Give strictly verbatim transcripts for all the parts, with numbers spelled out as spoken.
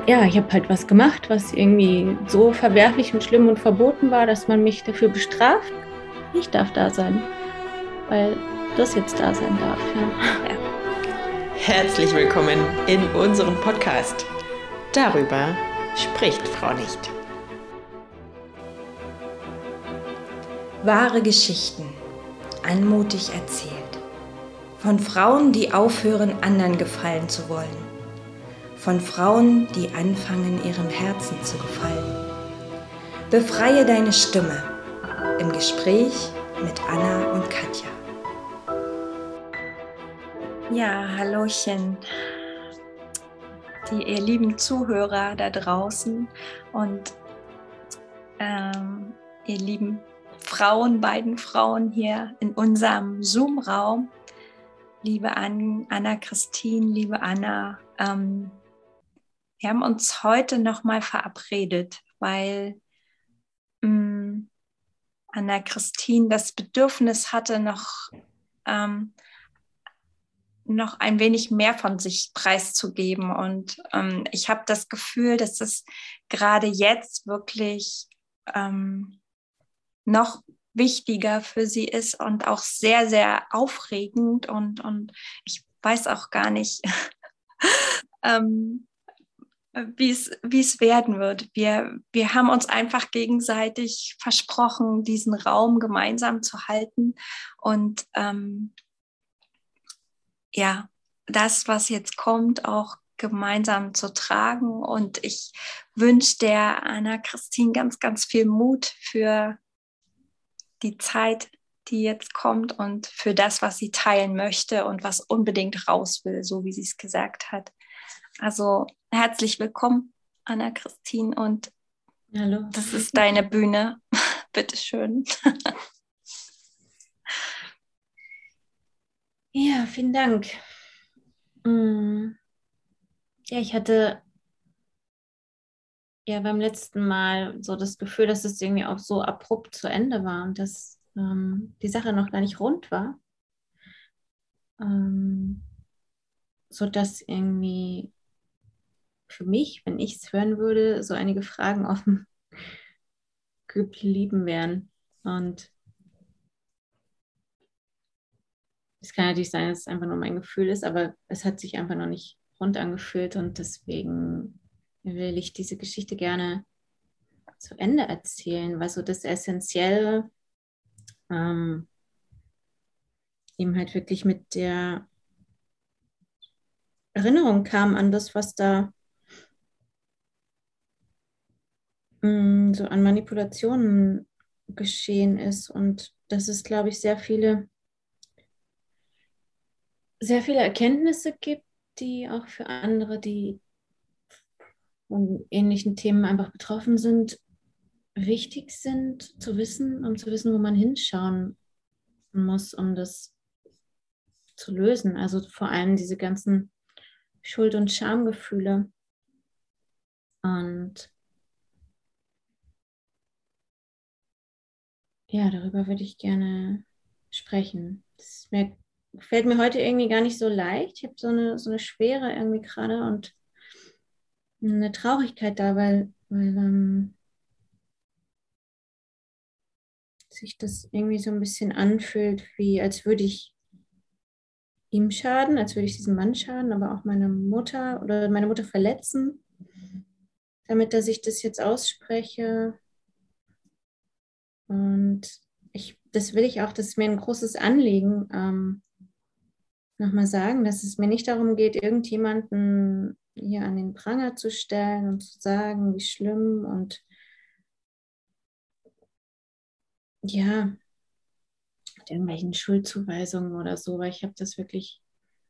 ja, ich habe halt was gemacht, was irgendwie so verwerflich und schlimm und verboten war, dass man mich dafür bestraft. Ich darf da sein, weil das jetzt da sein darf. Ja. Herzlich willkommen in unserem Podcast. Darüber spricht Frau nicht. Wahre Geschichten, anmutig erzählt. Von Frauen, die aufhören, anderen gefallen zu wollen. Von Frauen, die anfangen, ihrem Herzen zu gefallen. Befreie deine Stimme im Gespräch mit Anna und Katja. Ja, Hallöchen, die ihr lieben Zuhörer da draußen und ähm, ihr lieben Frauen, beiden Frauen hier in unserem Zoom-Raum. Liebe An- Anna-Christine, liebe Anna, ähm, wir haben uns heute nochmal verabredet, weil ähm, Anna-Christine das Bedürfnis hatte, noch ähm, noch ein wenig mehr von sich preiszugeben. Und ähm, ich habe das Gefühl, dass es gerade jetzt wirklich ähm, noch wichtiger für sie ist und auch sehr, sehr aufregend. Und, und ich weiß auch gar nicht, ähm, wie es, wie es werden wird. Wir, wir haben uns einfach gegenseitig versprochen, diesen Raum gemeinsam zu halten. Und ähm, ja, das, was jetzt kommt, auch gemeinsam zu tragen. Und ich wünsche der Anna-Christine ganz, ganz viel Mut für die Zeit, die jetzt kommt und für das, was sie teilen möchte und was unbedingt raus will, so wie sie es gesagt hat. Also herzlich willkommen, Anna-Christine, und Hallo. das ist deine Bühne. Bitteschön. Ja, vielen Dank. Mm. Ja, ich hatte ja beim letzten Mal so das Gefühl, dass es irgendwie auch so abrupt zu Ende war und dass ähm, die Sache noch gar nicht rund war. Ähm, sodass irgendwie für mich, wenn ich es hören würde, so einige Fragen offen geblieben wären. Und es kann natürlich sein, dass es einfach nur mein Gefühl ist, aber es hat sich einfach noch nicht rund angefühlt und deswegen will ich diese Geschichte gerne zu Ende erzählen, weil so das Essentielle ähm, eben halt wirklich mit der Erinnerung kam an das, was da mh, so an Manipulationen geschehen ist und dass es, glaube ich, sehr viele, sehr viele Erkenntnisse gibt, die auch für andere, die von ähnlichen Themen einfach betroffen sind, wichtig sind zu wissen, um zu wissen, wo man hinschauen muss, um das zu lösen. Also vor allem diese ganzen Schuld- und Schamgefühle. Und ja, darüber würde ich gerne sprechen. Das mir, fällt mir heute irgendwie gar nicht so leicht. Ich habe so eine, so eine Schwere irgendwie gerade und eine Traurigkeit da, weil, weil ähm, sich das irgendwie so ein bisschen anfühlt, wie als würde ich ihm schaden, als würde ich diesem Mann schaden, aber auch meiner Mutter oder meine Mutter verletzen, damit dass ich das jetzt ausspreche. Und ich, das will ich auch, das ist mir ein großes Anliegen, ähm, nochmal sagen, dass es mir nicht darum geht, irgendjemanden hier an den Pranger zu stellen und zu sagen, wie schlimm und ja, mit irgendwelchen Schuldzuweisungen oder so, weil ich habe das wirklich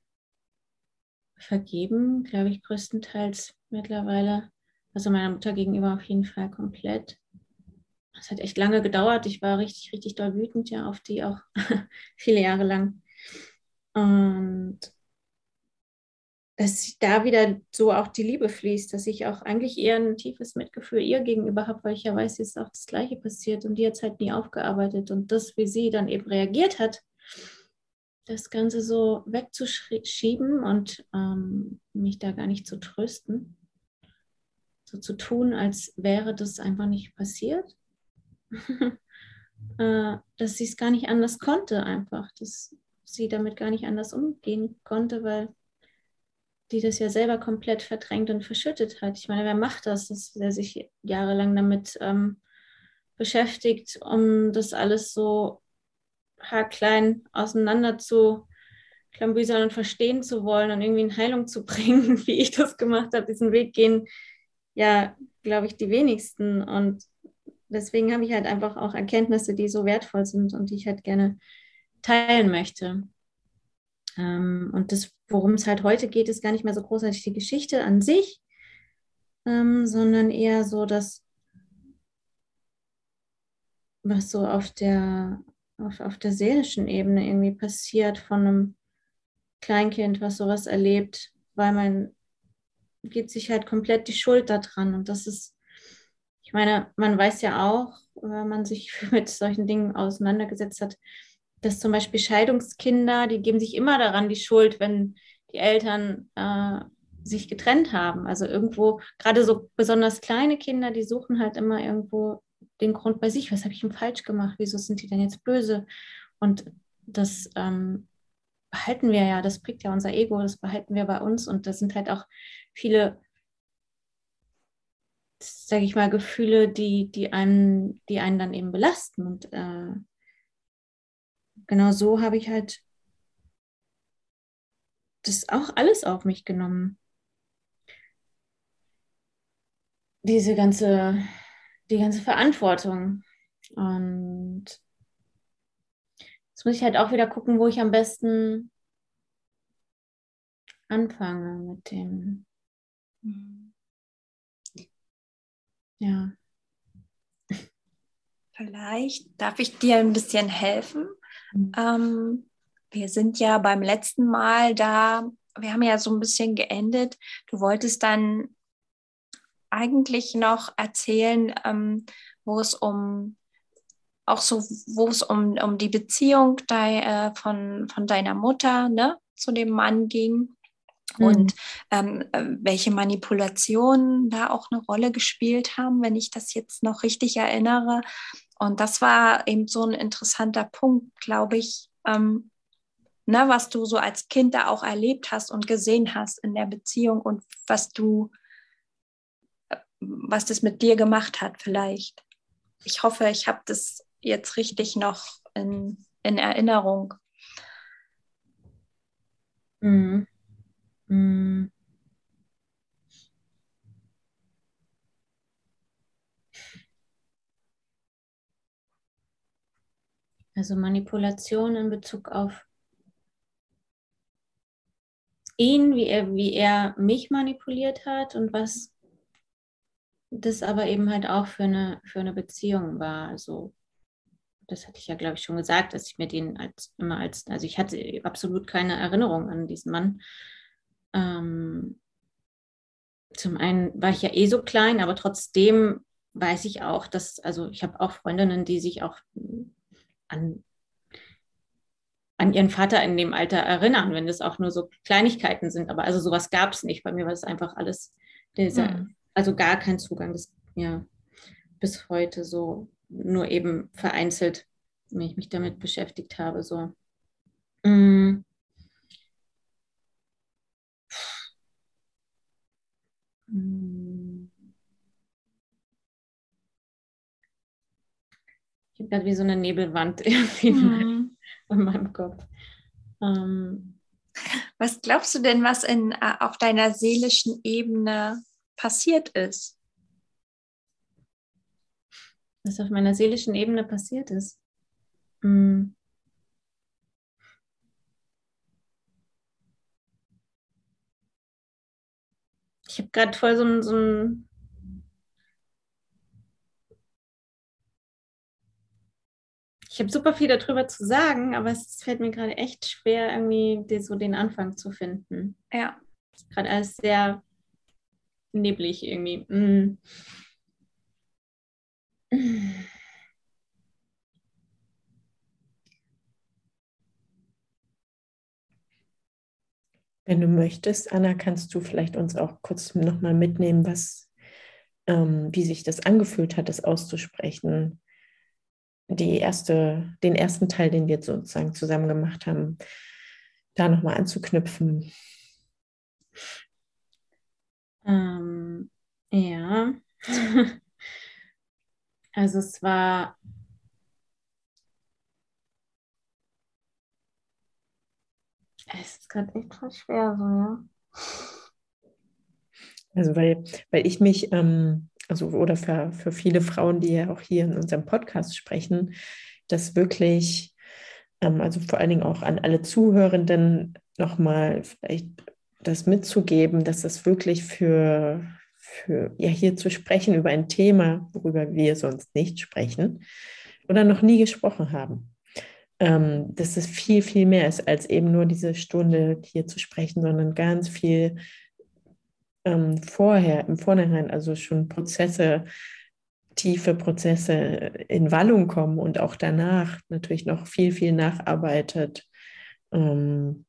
vergeben, glaube ich, größtenteils mittlerweile. Also meiner Mutter gegenüber auf jeden Fall komplett. Es hat echt lange gedauert. Ich war richtig, richtig doll wütend ja auf die auch viele Jahre lang. Und dass da wieder so auch die Liebe fließt, dass ich auch eigentlich eher ein tiefes Mitgefühl ihr gegenüber habe, weil ich ja weiß, jetzt ist auch das Gleiche passiert und die hat es halt nie aufgearbeitet. Und das, wie sie dann eben reagiert hat, das Ganze so wegzuschieben und ähm, mich da gar nicht zu trösten, so zu tun, als wäre das einfach nicht passiert. äh, dass sie es gar nicht anders konnte einfach, dass sie damit gar nicht anders umgehen konnte, weil die das ja selber komplett verdrängt und verschüttet hat. Ich meine, wer macht das, dass der sich jahrelang damit ähm, beschäftigt, um das alles so haarklein auseinander zu klambüsern und verstehen zu wollen und irgendwie in Heilung zu bringen, wie ich das gemacht habe. Diesen Weg gehen ja, glaube ich, die wenigsten. Und deswegen habe ich halt einfach auch Erkenntnisse, die so wertvoll sind und die ich halt gerne teilen möchte. Ähm, und das, worum es halt heute geht, ist gar nicht mehr so großartig die Geschichte an sich, ähm, sondern eher so das, was so auf der, auf, auf der seelischen Ebene irgendwie passiert von einem Kleinkind, was sowas erlebt, weil man gibt sich halt komplett die Schuld daran. Und das ist, ich meine, man weiß ja auch, wenn man sich mit solchen Dingen auseinandergesetzt hat, dass zum Beispiel Scheidungskinder, die geben sich immer daran die Schuld, wenn die Eltern äh, sich getrennt haben. Also irgendwo, gerade so besonders kleine Kinder, die suchen halt immer irgendwo den Grund bei sich. Was habe ich denn falsch gemacht? Wieso sind die denn jetzt böse? Und das ähm, behalten wir ja, das prägt ja unser Ego, das behalten wir bei uns. Und das sind halt auch viele, sage ich mal, Gefühle, die, die, einen, die einen dann eben belasten. Und äh, genau so habe ich halt das auch alles auf mich genommen. Diese ganze, die ganze Verantwortung. Und jetzt muss ich halt auch wieder gucken, wo ich am besten anfange mit dem. Ja. Vielleicht darf ich dir ein bisschen helfen. Mhm. Ähm, wir sind ja beim letzten Mal da, wir haben ja so ein bisschen geendet. Du wolltest dann eigentlich noch erzählen, ähm, wo es um auch so, wo es um, um die Beziehung dei, äh, von, von deiner Mutter, ne, zu dem Mann ging. Und ähm, welche Manipulationen da auch eine Rolle gespielt haben, wenn ich das jetzt noch richtig erinnere. Und das war eben so ein interessanter Punkt, glaube ich, ähm, ne, was du so als Kind da auch erlebt hast und gesehen hast in der Beziehung und was du, was das mit dir gemacht hat vielleicht. Ich hoffe, ich habe das jetzt richtig noch in, in Erinnerung. Mhm. Mhm. Also Manipulation in Bezug auf ihn, wie er, wie er mich manipuliert hat und was das aber eben halt auch für eine, für eine Beziehung war. Also das hatte ich ja, glaube ich, schon gesagt, dass ich mir den als immer als, also ich hatte absolut keine Erinnerung an diesen Mann. Ähm, zum einen war ich ja eh so klein, aber trotzdem weiß ich auch, dass, also ich habe auch Freundinnen, die sich auch an, an ihren Vater in dem Alter erinnern, wenn das auch nur so Kleinigkeiten sind. Aber also sowas gab es nicht. Bei mir war es einfach alles, dieser, Hm. also gar kein Zugang. Das ja bis heute so nur eben vereinzelt, wenn ich mich damit beschäftigt habe. So. Mm. Ich habe gerade wie so eine Nebelwand irgendwie Hm. in meinem Kopf. Ähm, Was glaubst du denn, was in, äh, auf deiner seelischen Ebene passiert ist? was auf meiner seelischen Ebene passiert ist. Mm. Ich habe gerade voll so ein, so ein ich habe super viel darüber zu sagen, aber es fällt mir gerade echt schwer, irgendwie die, so den Anfang zu finden. Ja. Ist gerade alles sehr neblig irgendwie. Mm. Wenn du möchtest, Anna, kannst du vielleicht uns auch kurz nochmal mitnehmen, was ähm, wie sich das angefühlt hat, das auszusprechen. Die erste, den ersten Teil, den wir sozusagen zusammen gemacht haben, da nochmal anzuknüpfen. Ähm, ja, also es war, es ist gerade echt voll schwer so, ja. Also weil, weil ich mich, ähm, also oder für, für viele Frauen, die ja auch hier in unserem Podcast sprechen, das wirklich, ähm, also vor allen Dingen auch an alle Zuhörenden nochmal vielleicht das mitzugeben, dass das wirklich für, für, ja, hier zu sprechen über ein Thema, worüber wir sonst nicht sprechen oder noch nie gesprochen haben. Ähm, dass es viel, viel mehr ist, als eben nur diese Stunde hier zu sprechen, sondern ganz viel ähm, vorher, im Vornherein, also schon Prozesse, tiefe Prozesse in Wallung kommen und auch danach natürlich noch viel, viel nacharbeitet. Ähm,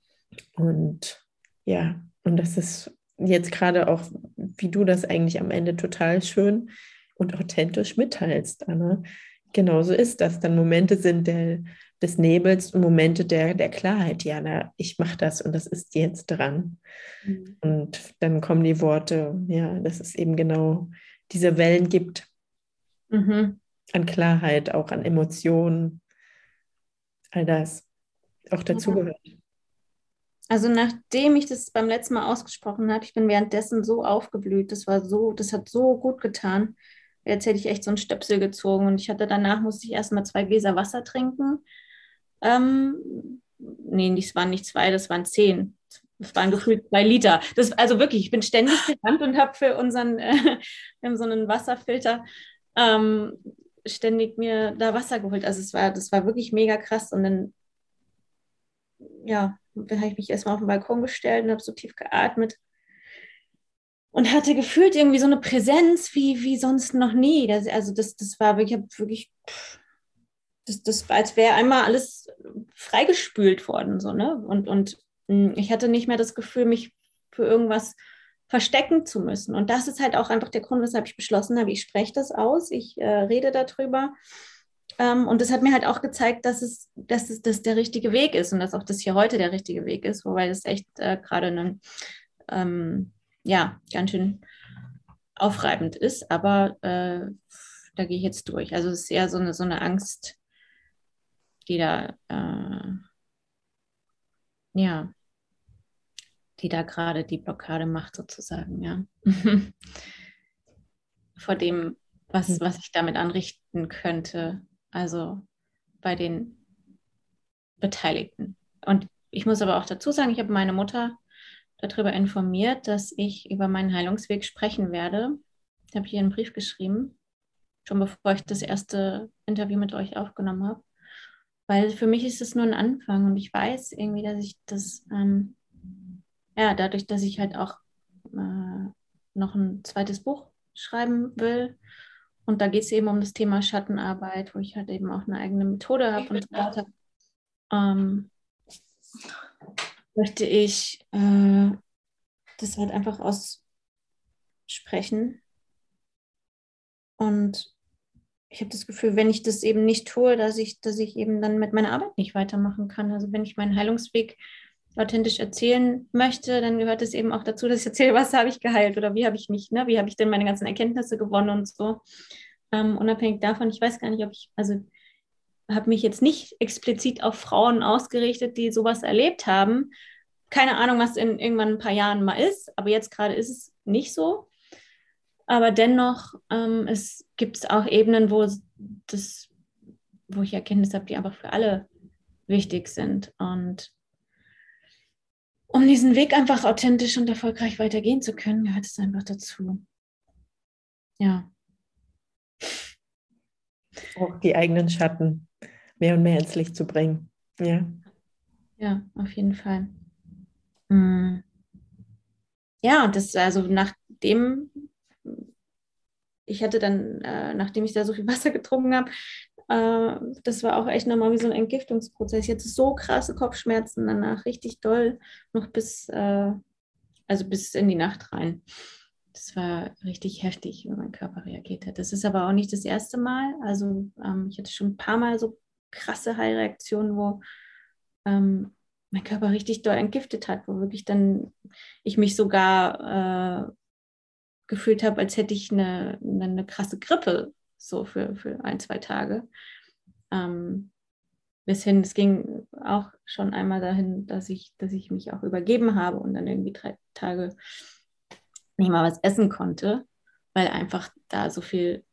und ja, und das ist jetzt gerade auch, wie du das eigentlich am Ende total schön und authentisch mitteilst, Anna. Genauso ist das. Dann Momente sind der, des Nebels und Momente der, der Klarheit. Jana, ich mache das und das ist jetzt dran. Mhm. Und dann kommen die Worte, ja, dass es eben genau diese Wellen gibt Mhm. an Klarheit, auch an Emotionen, all das auch Ja. dazugehört. Also nachdem ich das beim letzten Mal ausgesprochen habe, ich bin währenddessen so aufgeblüht, das war so, das hat so gut getan. Jetzt hätte ich echt so einen Stöpsel gezogen und ich hatte danach, musste ich erstmal zwei Gläser Wasser trinken. Ähm, nee, das waren nicht zwei, das waren zehn. Das waren gefühlt zwei Liter. Das, also wirklich, ich bin ständig gerannt und habe für unseren, äh, wir haben so einen Wasserfilter, ähm, ständig mir da Wasser geholt. Also es war, das war wirklich mega krass. Und dann, ja, dann habe ich mich erstmal auf den Balkon gestellt und habe so tief geatmet und hatte gefühlt irgendwie so eine Präsenz wie, wie sonst noch nie. Das, also das, das war wirklich, ich habe wirklich, das, das war, als wäre einmal alles freigespült worden, so, ne? Und, und mh, ich hatte nicht mehr das Gefühl, mich für irgendwas verstecken zu müssen. Und das ist halt auch einfach der Grund, weshalb ich beschlossen habe, ich spreche das aus, ich äh, rede darüber. Ähm, und das hat mir halt auch gezeigt, dass es, dass es dass der richtige Weg ist und dass auch das hier heute der richtige Weg ist, wobei das echt äh, gerade ein, ähm, ja, ganz schön aufreibend ist. Aber äh, da gehe ich jetzt durch. Also es ist eher so eine, so eine Angst, die da, äh, ja, die da gerade die Blockade macht, sozusagen, ja. Vor dem, was, was ich damit anrichten könnte. Also bei den Beteiligten. Und ich muss aber auch dazu sagen, ich habe meine Mutter darüber informiert, dass ich über meinen Heilungsweg sprechen werde. Da habe ich ihr einen Brief geschrieben, schon bevor ich das erste Interview mit euch aufgenommen habe. Weil für mich ist es nur ein Anfang und ich weiß irgendwie, dass ich das, ähm, ja, dadurch, dass ich halt auch äh, noch ein zweites Buch schreiben will. Und da geht es eben um das Thema Schattenarbeit, wo ich halt eben auch eine eigene Methode habe und so weiter. Ähm, möchte ich äh, das halt einfach aussprechen. Und ich habe das Gefühl, wenn ich das eben nicht tue, dass ich, dass ich eben dann mit meiner Arbeit nicht weitermachen kann. Also wenn ich meinen Heilungsweg authentisch erzählen möchte, dann gehört es eben auch dazu, dass ich erzähle, was habe ich geheilt oder wie habe ich mich, ne, wie habe ich denn meine ganzen Erkenntnisse gewonnen und so. Ähm, unabhängig davon, ich weiß gar nicht, ob ich, also habe mich jetzt nicht explizit auf Frauen ausgerichtet, die sowas erlebt haben. Keine Ahnung, was in irgendwann ein paar Jahren mal ist, aber jetzt gerade ist es nicht so. Aber dennoch ähm, es gibt es auch Ebenen, wo, das, wo ich Erkenntnisse habe, die einfach für alle wichtig sind. Und um diesen Weg einfach authentisch und erfolgreich weitergehen zu können, gehört es einfach dazu. Ja. Auch die eigenen Schatten mehr und mehr ins Licht zu bringen. Ja. Ja, auf jeden Fall. Mhm. Ja, und das, also nachdem, ich hatte dann, äh, nachdem ich da so viel Wasser getrunken habe, äh, das war auch echt nochmal wie so ein Entgiftungsprozess. Ich hatte so krasse Kopfschmerzen danach, richtig doll, noch bis, äh, also bis in die Nacht rein. das war richtig heftig, wie mein Körper reagiert hat. Das ist aber auch nicht das erste Mal. Also ähm, ich hatte schon ein paar Mal so krasse Heilreaktionen, wo ähm, mein Körper richtig doll entgiftet hat, wo wirklich dann ich mich sogar äh, gefühlt habe, als hätte ich eine, eine, eine krasse Grippe, so für, für ein, zwei Tage. Ähm, bis hin, es ging auch schon einmal dahin, dass ich, dass ich mich auch übergeben habe und dann irgendwie drei Tage nicht mal was essen konnte, weil einfach da so viel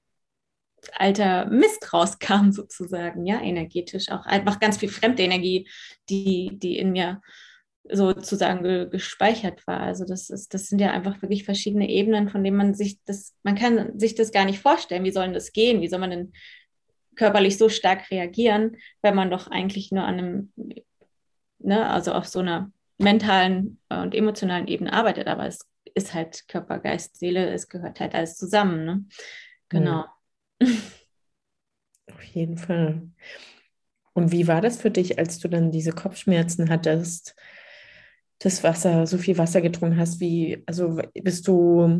alter Mist rauskam sozusagen, ja, energetisch auch einfach ganz viel fremde Energie, die, die in mir sozusagen ge gespeichert war. Also das ist, das sind ja einfach wirklich verschiedene Ebenen, von denen man sich das, man kann sich das gar nicht vorstellen. Wie soll denn das gehen? Wie soll man denn körperlich so stark reagieren, wenn man doch eigentlich nur an einem, ne, also auf so einer mentalen und emotionalen Ebene arbeitet, aber es ist halt Körper, Geist, Seele, es gehört halt alles zusammen, ne? Genau. Mhm. Auf jeden Fall. Und wie war das für dich, als du dann diese Kopfschmerzen hattest, das Wasser, so viel Wasser getrunken hast? Wie, also bist du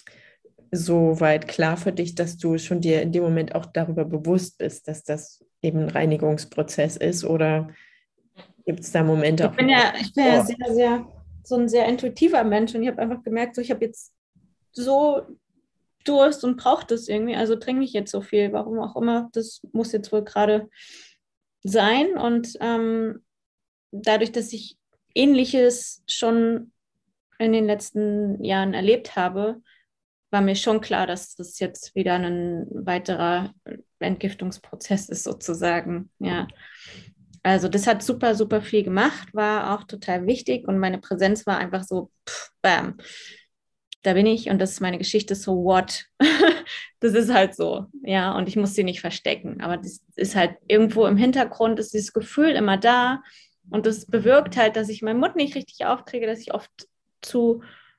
so weit klar für dich, dass du schon dir in dem Moment auch darüber bewusst bist, dass das eben ein Reinigungsprozess ist? Oder gibt es da Momente Ich auch? bin ja, ich bin ja Oh. sehr, sehr, so ein sehr intuitiver Mensch und ich habe einfach gemerkt, so ich habe jetzt so Durst und brauche das irgendwie, also trinke ich jetzt so viel, warum auch immer, das muss jetzt wohl gerade sein und ähm, dadurch, dass ich Ähnliches schon in den letzten Jahren erlebt habe, war mir schon klar, dass das jetzt wieder ein weiterer Entgiftungsprozess ist sozusagen, ja. Also das hat super, super viel gemacht, war auch total wichtig und meine Präsenz war einfach so, pff, bam, da bin ich und das ist meine Geschichte, so what? Das ist halt so, ja, und ich muss sie nicht verstecken, aber das ist halt irgendwo im Hintergrund, ist dieses Gefühl immer da und das bewirkt halt, dass ich meinen Mund nicht richtig aufkriege, dass ich oft zu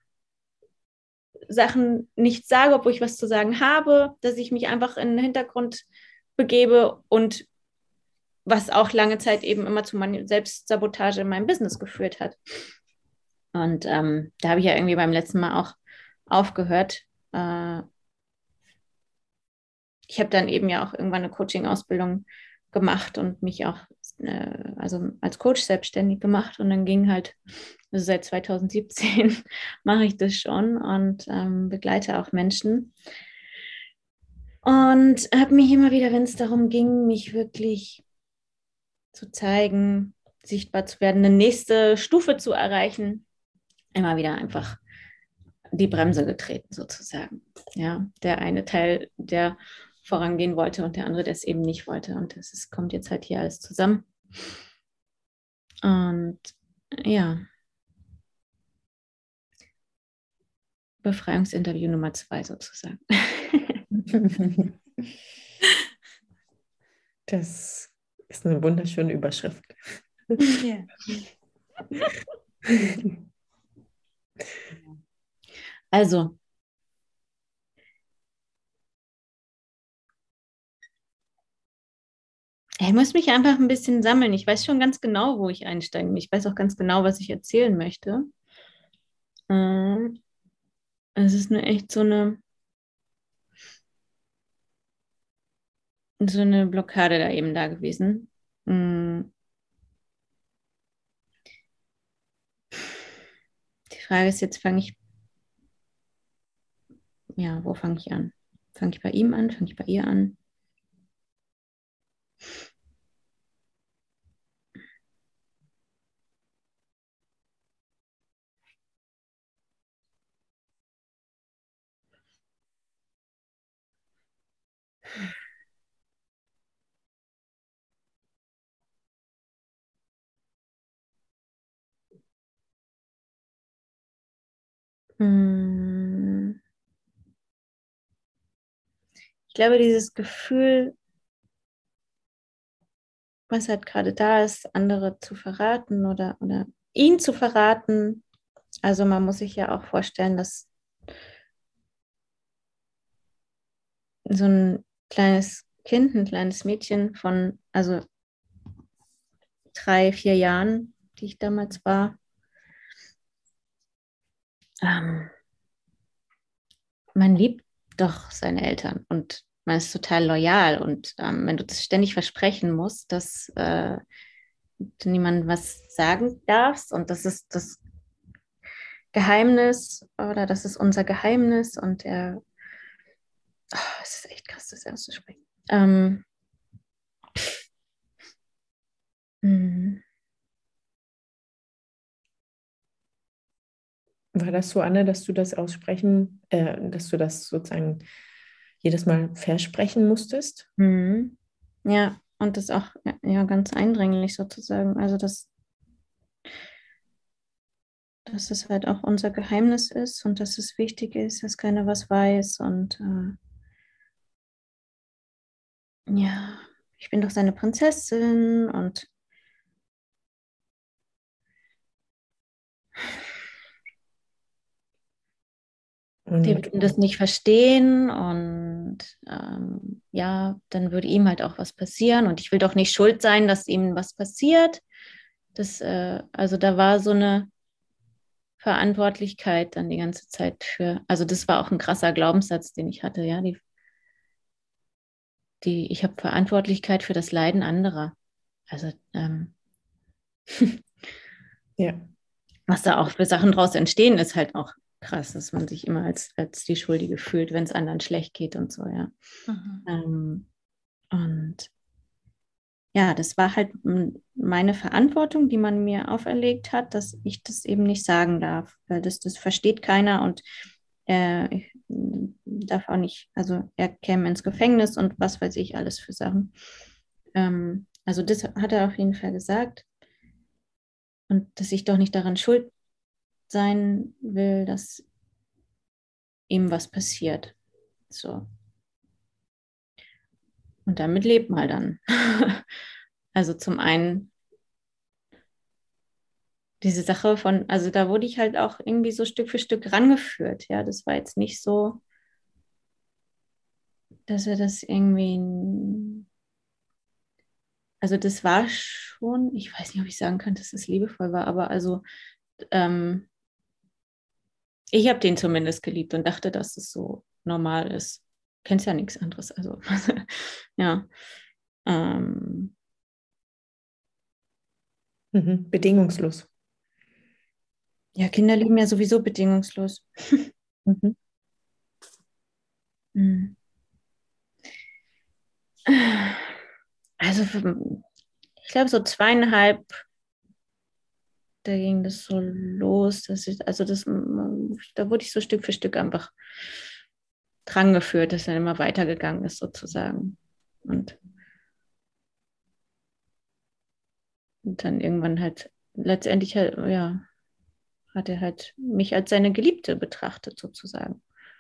Sachen nicht sage, obwohl ich was zu sagen habe, dass ich mich einfach in den Hintergrund begebe und was auch lange Zeit eben immer zu meiner Selbstsabotage in meinem Business geführt hat. Und ähm, da habe ich ja irgendwie beim letzten Mal auch aufgehört. Äh, ich habe dann eben ja auch irgendwann eine Coaching-Ausbildung gemacht und mich auch äh, also als Coach selbstständig gemacht. Und dann ging halt, also seit zwanzig siebzehn mache ich das schon und ähm, begleite auch Menschen. Und habe mich immer wieder, wenn es darum ging, mich wirklich zu zeigen, sichtbar zu werden, eine nächste Stufe zu erreichen, immer wieder einfach die Bremse getreten sozusagen. Ja, der eine Teil, der vorangehen wollte und der andere, der es eben nicht wollte. Und das ist, kommt jetzt halt hier alles zusammen. Und ja, Befreiungsinterview Nummer zwei sozusagen. Das ist eine wunderschöne Überschrift. Ja. Also, ich muss mich einfach ein bisschen sammeln. Ich weiß schon ganz genau, wo ich einsteigen will. Ich weiß auch ganz genau, was ich erzählen möchte. Ähm, Es ist nur echt so eine, so eine Blockade da eben da gewesen. Mm. Die Frage ist jetzt, fange ich, ja, wo fange ich an? Fange ich bei ihm an? Fange ich bei ihr an? Mm. Ich glaube, dieses Gefühl, was halt gerade da ist, andere zu verraten oder, oder ihn zu verraten. Also man muss sich ja auch vorstellen, dass so ein kleines Kind, ein kleines Mädchen von, also drei, vier Jahren, die ich damals war, ähm, man liebt doch seine Eltern und man ist total loyal. Und ähm, wenn du das ständig versprechen musst, dass äh, du niemandem was sagen darfst und das ist das Geheimnis oder das ist unser Geheimnis und er, oh, es ist echt krass, das auszusprechen. Ähm, mh. War das so, Anne, dass du das aussprechen, äh, dass du das sozusagen jedes Mal versprechen musstest? Mhm. Ja, und das auch ja, ja, ganz eindringlich sozusagen. Also, dass, dass es halt auch unser Geheimnis ist und dass es wichtig ist, dass keiner was weiß. Und äh, ja, ich bin doch seine Prinzessin und wir Und würden das nicht verstehen und ähm, ja, dann würde ihm halt auch was passieren und ich will doch nicht schuld sein, dass ihm was passiert. Das, äh, also da war so eine Verantwortlichkeit dann die ganze Zeit für, also das war auch ein krasser Glaubenssatz, den ich hatte, ja, die, die, ich habe Verantwortlichkeit für das Leiden anderer. Also ähm, ja. was da auch für Sachen draus entstehen, ist halt auch krass, dass man sich immer als, als die Schuldige fühlt, wenn es anderen schlecht geht und so, ja. Mhm. Ähm, und ja, das war halt meine Verantwortung, die man mir auferlegt hat, dass ich das eben nicht sagen darf, weil das, das versteht keiner und äh, ich darf auch nicht, also er käme ins Gefängnis und was weiß ich alles für Sachen. Ähm, also das hat er auf jeden Fall gesagt und dass ich doch nicht daran schuld sein will, dass ihm was passiert. So. Und damit lebt mal dann. Also zum einen diese Sache von, also da wurde ich halt auch irgendwie so Stück für Stück rangeführt. Ja, das war jetzt nicht so, dass er das irgendwie, also das war schon, ich weiß nicht, ob ich sagen könnte, dass es liebevoll war, aber also ähm, ich habe den zumindest geliebt und dachte, dass es so normal ist. Kennst ja nichts anderes, also ja. Ähm, Mhm. Bedingungslos. ja, Kinder lieben ja sowieso bedingungslos. Mhm. Hm. Also ich glaube so zweieinhalb, da ging das so los, dass ich, also das, da wurde ich so Stück für Stück einfach dran geführt, dass er immer weitergegangen ist sozusagen. Und, und dann irgendwann halt letztendlich halt, ja, hat er halt mich als seine Geliebte betrachtet sozusagen.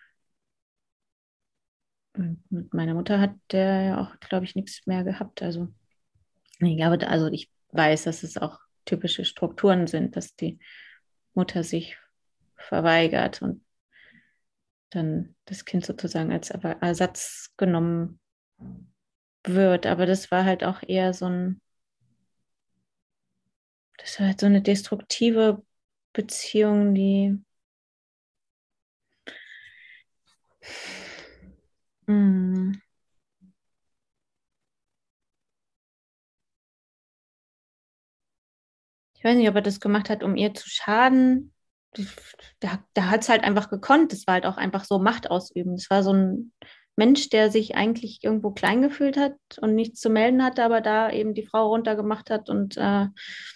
Und mit meiner Mutter hat der ja auch, glaube ich, nichts mehr gehabt. Also ich glaube, also ich weiß, dass es auch typische Strukturen sind, dass die Mutter sich verweigert und dann das Kind sozusagen als Ersatz genommen wird. Aber das war halt auch eher so ein, das war halt so eine destruktive Beziehung, die mh, ich weiß nicht, ob er das gemacht hat, um ihr zu schaden. Da, da hat es halt einfach gekonnt. Das war halt auch einfach so Macht ausüben. Das war so ein Mensch, der sich eigentlich irgendwo klein gefühlt hat und nichts zu melden hatte, aber da eben die Frau runtergemacht hat und äh,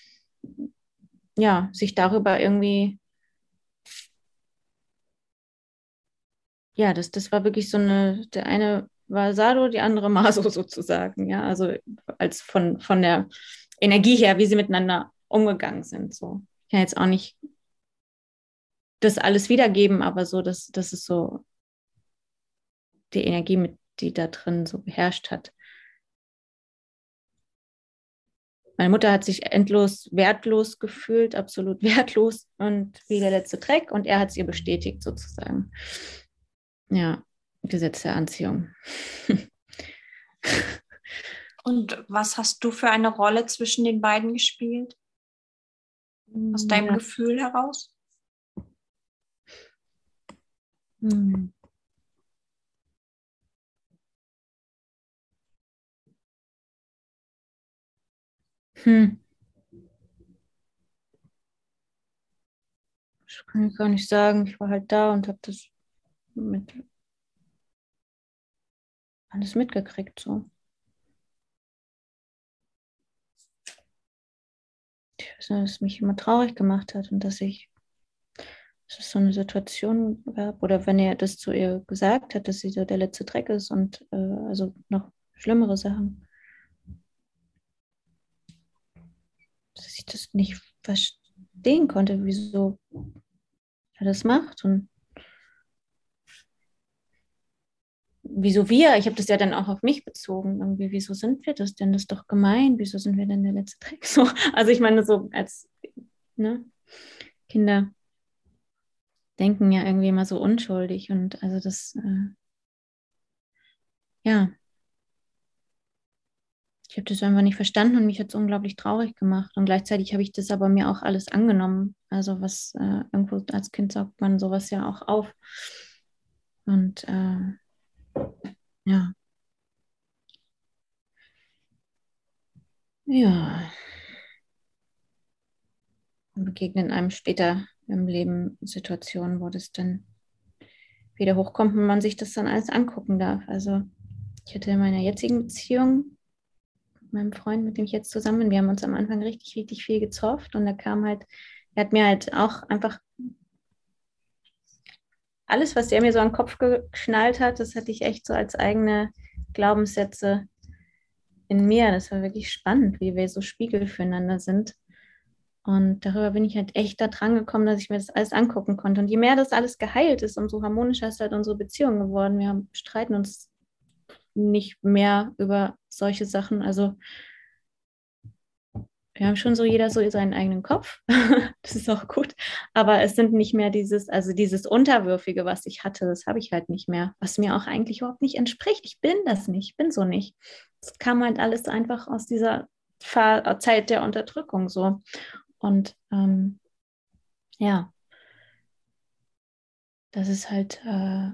ja, sich darüber irgendwie, ja, das, das war wirklich so eine, der eine war Sado, die andere Maso sozusagen, ja, also als von, von der Energie her, wie sie miteinander umgegangen sind, so. Ich kann jetzt auch nicht das alles wiedergeben, aber so, dass das ist so die Energie, mit, die da drin so beherrscht hat. Meine Mutter hat sich endlos wertlos gefühlt, absolut wertlos und wie der letzte Dreck und er hat es ihr bestätigt sozusagen. Ja, Gesetz der Anziehung. Und was hast du für eine Rolle zwischen den beiden gespielt? Aus deinem Ja. Gefühl heraus? Hm. Hm. Das kann ich gar nicht sagen. Ich war halt da und habe das mit alles mitgekriegt. So. Ich weiß nur, dass es mich immer traurig gemacht hat und dass ich, dass es so eine Situation gab. Oder wenn er das zu ihr gesagt hat, dass sie so der letzte Dreck ist und äh, also noch schlimmere Sachen. Dass ich das nicht verstehen konnte, wieso er das macht und wieso wir, ich habe das ja dann auch auf mich bezogen, irgendwie, wieso sind wir das denn? Das ist doch gemein, wieso sind wir denn der letzte Dreck? So, also ich meine, so als ne, Kinder denken ja irgendwie immer so unschuldig und also das, äh, ja, ich habe das einfach nicht verstanden und mich hat es unglaublich traurig gemacht und gleichzeitig habe ich das aber mir auch alles angenommen, also was äh, irgendwo als Kind saugt man sowas ja auch auf und äh, ja, ja, und begegnen einem später im Leben Situationen, wo das dann wieder hochkommt und man sich das dann alles angucken darf. Also ich hatte in meiner jetzigen Beziehung mit meinem Freund, mit dem ich jetzt zusammen bin, wir haben uns am Anfang richtig, richtig viel gezofft und da kam halt, er hat mir halt auch einfach alles, was er mir so an den Kopf geschnallt hat, das hatte ich echt so als eigene Glaubenssätze in mir. Das war wirklich spannend, wie wir so Spiegel füreinander sind. Und darüber bin ich halt echt da dran gekommen, dass ich mir das alles angucken konnte. Und je mehr das alles geheilt ist, umso harmonischer ist halt unsere Beziehung geworden. Wir streiten uns nicht mehr über solche Sachen. Also wir haben schon so jeder so seinen eigenen Kopf. Das ist auch gut. Aber es sind nicht mehr dieses, also dieses Unterwürfige, was ich hatte, das habe ich halt nicht mehr, was mir auch eigentlich überhaupt nicht entspricht. Ich bin das nicht, ich bin so nicht. Es kam halt alles einfach aus dieser Zeit der Unterdrückung so. Und ähm, ja, das ist halt äh,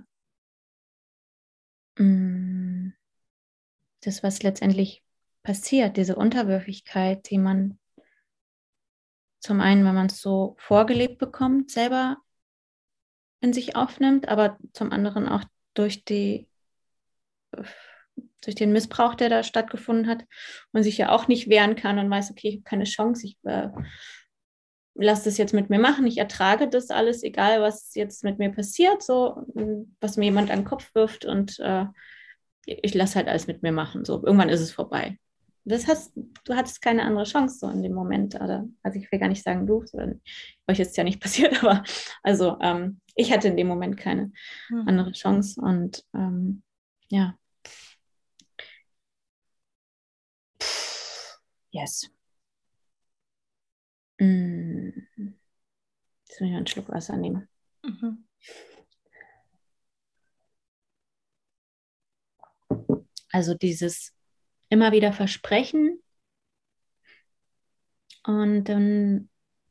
mh, das, was letztendlich passiert, diese Unterwürfigkeit, die man zum einen, wenn man es so vorgelebt bekommt, selber in sich aufnimmt, aber zum anderen auch durch die durch den Missbrauch, der da stattgefunden hat, man sich ja auch nicht wehren kann und weiß, okay, ich habe keine Chance, ich äh, lasse das jetzt mit mir machen, ich ertrage das alles, egal was jetzt mit mir passiert, so was mir jemand an den Kopf wirft und äh, ich lasse halt alles mit mir machen. So, irgendwann ist es vorbei. Das hast, du hattest keine andere Chance so in dem Moment. Oder, also ich will gar nicht sagen du, sondern euch ist ja nicht passiert, aber also ähm, ich hatte in dem Moment keine hm. andere Chance. Und ähm, ja. Yes. Mm. Jetzt muss ich einen Schluck Wasser nehmen. Mhm. Also dieses immer wieder versprechen und dann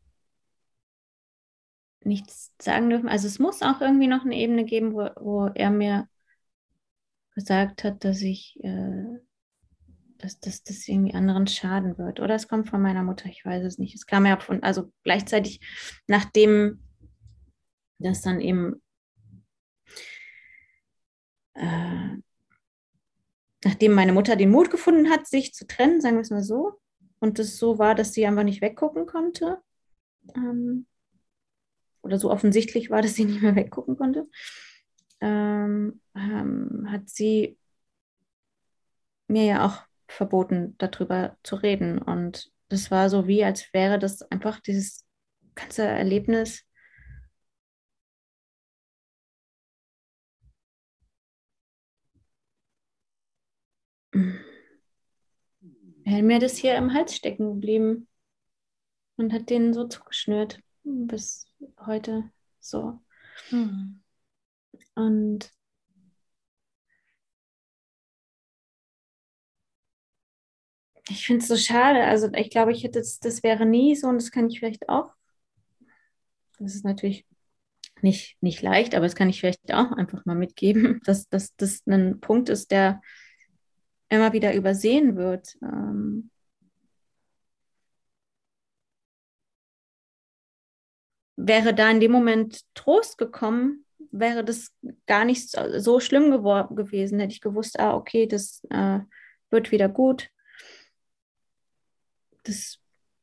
nichts sagen dürfen. Also es muss auch irgendwie noch eine Ebene geben, wo, wo er mir gesagt hat, dass ich, äh, dass das dass irgendwie anderen schaden wird. Oder es kommt von meiner Mutter, ich weiß es nicht. Es kam ja von, also gleichzeitig, nachdem das dann eben äh, nachdem meine Mutter den Mut gefunden hat, sich zu trennen, sagen wir es mal so, und es so war, dass sie einfach nicht weggucken konnte, ähm, oder so offensichtlich war, dass sie nicht mehr weggucken konnte, ähm, ähm, hat sie mir ja auch verboten, darüber zu reden. Und das war so wie, als wäre das einfach dieses ganze Erlebnis wäre mir das hier im Hals stecken geblieben und hat den so zugeschnürt bis heute so. Hm. Und ich finde es so schade. Also ich glaube, ich hätte das, das wäre nie so und das kann ich vielleicht auch. Das ist natürlich nicht, nicht leicht, aber das kann ich vielleicht auch einfach mal mitgeben, dass, dass das ein Punkt ist, der immer wieder übersehen wird. Ähm, wäre da in dem Moment Trost gekommen, wäre das gar nicht so schlimm geworden gewesen. Hätte ich gewusst, ah, okay, das äh, wird wieder gut. Das,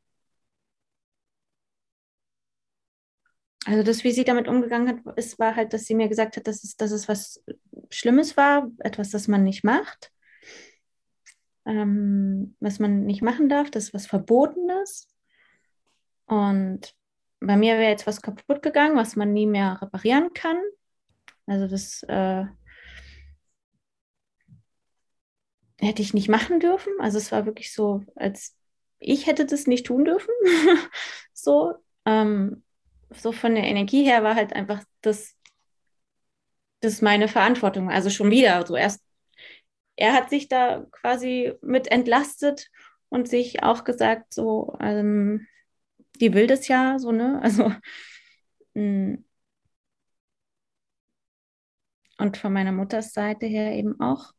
also das, wie sie damit umgegangen hat, ist, war halt, dass sie mir gesagt hat, dass es, dass es was Schlimmes war, etwas, das man nicht macht, ähm, was man nicht machen darf, das ist was Verbotenes. Und bei mir wäre jetzt was kaputt gegangen, was man nie mehr reparieren kann. Also das äh, hätte ich nicht machen dürfen. Also es war wirklich so, als ich hätte das nicht tun dürfen. so, ähm, so von der Energie her war halt einfach das, das ist meine Verantwortung. Also schon wieder, so erst, er hat sich da quasi mit entlastet und sich auch gesagt, so, ähm, die will das ja, so, ne? Also, mh. Und von meiner Mutters Seite her eben auch,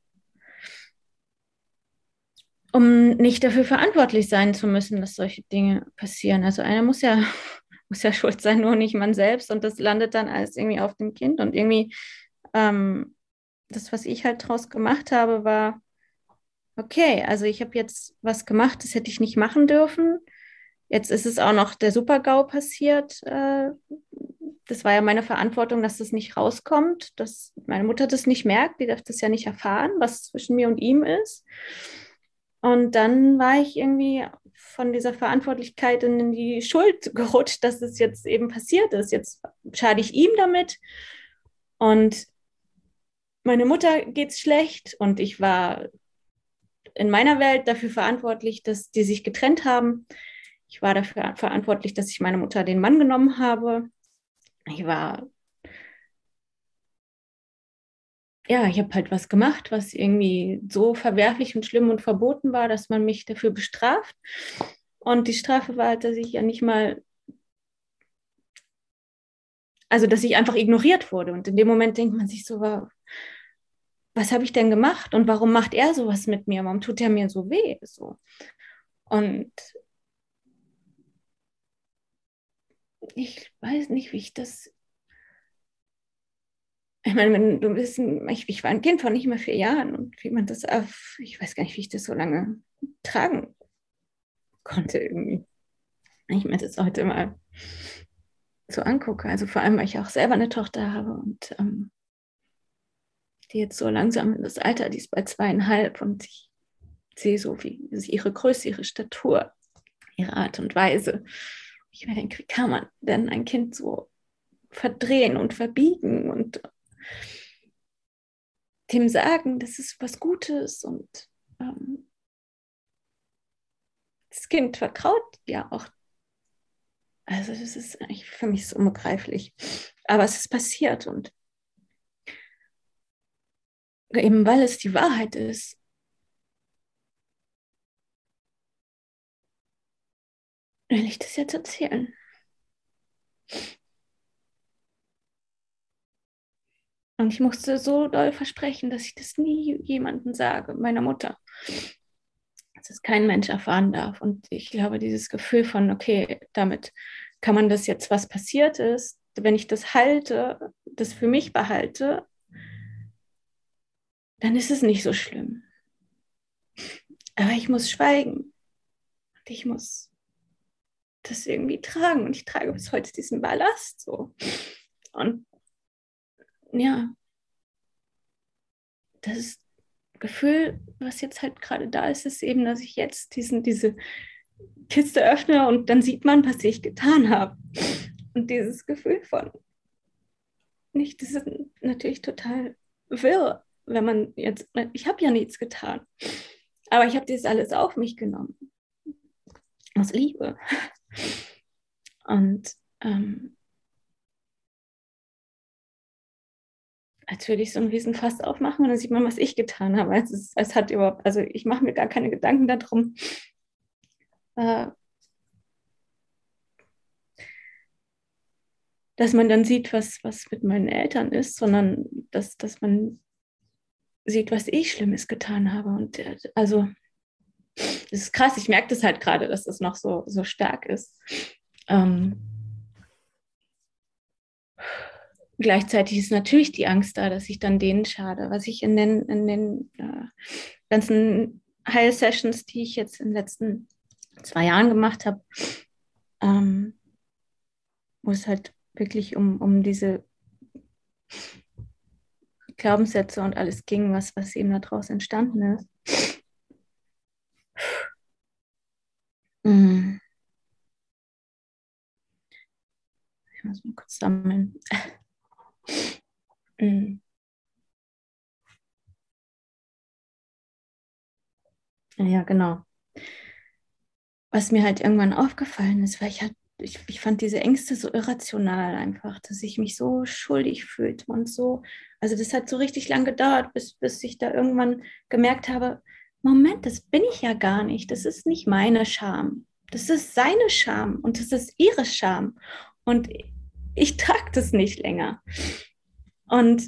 um nicht dafür verantwortlich sein zu müssen, dass solche Dinge passieren. Also einer muss ja, muss ja schuld sein, nur nicht man selbst. Und das landet dann alles irgendwie auf dem Kind. Und irgendwie, ähm, das, was ich halt draus gemacht habe, war, okay, also ich habe jetzt was gemacht, das hätte ich nicht machen dürfen. Jetzt ist es auch noch der Super-GAU passiert. Äh, das war ja meine Verantwortung, dass das nicht rauskommt, dass meine Mutter das nicht merkt. Die darf das ja nicht erfahren, was zwischen mir und ihm ist. Und dann war ich irgendwie von dieser Verantwortlichkeit in die Schuld gerutscht, dass es jetzt eben passiert ist. Jetzt schade ich ihm damit. Und meine Mutter geht's schlecht. Und ich war in meiner Welt dafür verantwortlich, dass die sich getrennt haben. Ich war dafür verantwortlich, dass ich meine Mutter den Mann genommen habe. Ich war, ja, ich habe halt was gemacht, was irgendwie so verwerflich und schlimm und verboten war, dass man mich dafür bestraft. Und die Strafe war halt, dass ich ja nicht mal, also dass ich einfach ignoriert wurde. Und in dem Moment denkt man sich so, was habe ich denn gemacht? Und warum macht er sowas mit mir? Warum tut er mir so weh? So. Und ich weiß nicht, wie ich das. Ich meine, wenn du bist, ich, ich war ein Kind von nicht mehr vier Jahren und wie man das auf, ich weiß gar nicht, wie ich das so lange tragen konnte irgendwie. Wenn ich mir das heute mal so angucke. Also vor allem, weil ich auch selber eine Tochter habe und ähm, die jetzt so langsam in das Alter, die ist bei zweieinhalb und ich sehe so, wie ihre Größe, ihre Statur, ihre Art und Weise. Ich mir denke, wie kann man denn ein Kind so verdrehen und verbiegen und dem sagen, das ist was Gutes und ähm, das Kind vertraut ja auch. Also das ist eigentlich für mich so unbegreiflich. Aber es ist passiert und eben weil es die Wahrheit ist, will ich das jetzt erzählen. Und ich musste so doll versprechen, dass ich das nie jemandem sage, meiner Mutter. Dass es kein Mensch erfahren darf. Und ich glaube, dieses Gefühl von, okay, damit kann man das jetzt, was passiert ist, wenn ich das halte, das für mich behalte, dann ist es nicht so schlimm. Aber ich muss schweigen. Und ich muss das irgendwie tragen. Und ich trage bis heute diesen Ballast so. Und ja, das Gefühl, was jetzt halt gerade da ist, ist eben, dass ich jetzt diesen, diese Kiste öffne und dann sieht man, was ich getan habe. Und dieses Gefühl von nicht, das ist natürlich total wirr, wenn man jetzt, ich habe ja nichts getan, aber ich habe das alles auf mich genommen. Aus Liebe. Und ähm, als würde ich so ein Riesenfass aufmachen und dann sieht man, was ich getan habe. Es, ist, es hat überhaupt, also ich mache mir gar keine Gedanken darum, äh, dass man dann sieht, was, was mit meinen Eltern ist, sondern dass, dass man sieht, was ich Schlimmes getan habe. Und äh, also, das ist krass, ich merke das halt gerade, dass das noch so, so stark ist. Ähm, gleichzeitig ist natürlich die Angst da, dass ich dann denen schade, was ich in den, in den äh, ganzen Heil-Sessions, die ich jetzt in den letzten zwei Jahren gemacht habe, ähm, wo es halt wirklich um, um diese Glaubenssätze und alles ging, was, was eben daraus entstanden ist. Mm. Ich muss mal kurz sammeln. mm. Ja, genau. Was mir halt irgendwann aufgefallen ist, weil ich halt, ich, ich fand diese Ängste so irrational einfach, dass ich mich so schuldig fühlte und so, also das hat so richtig lang gedauert, bis, bis ich da irgendwann gemerkt habe, Moment, das bin ich ja gar nicht, das ist nicht meine Scham, das ist seine Scham und das ist ihre Scham und ich trage das nicht länger. Und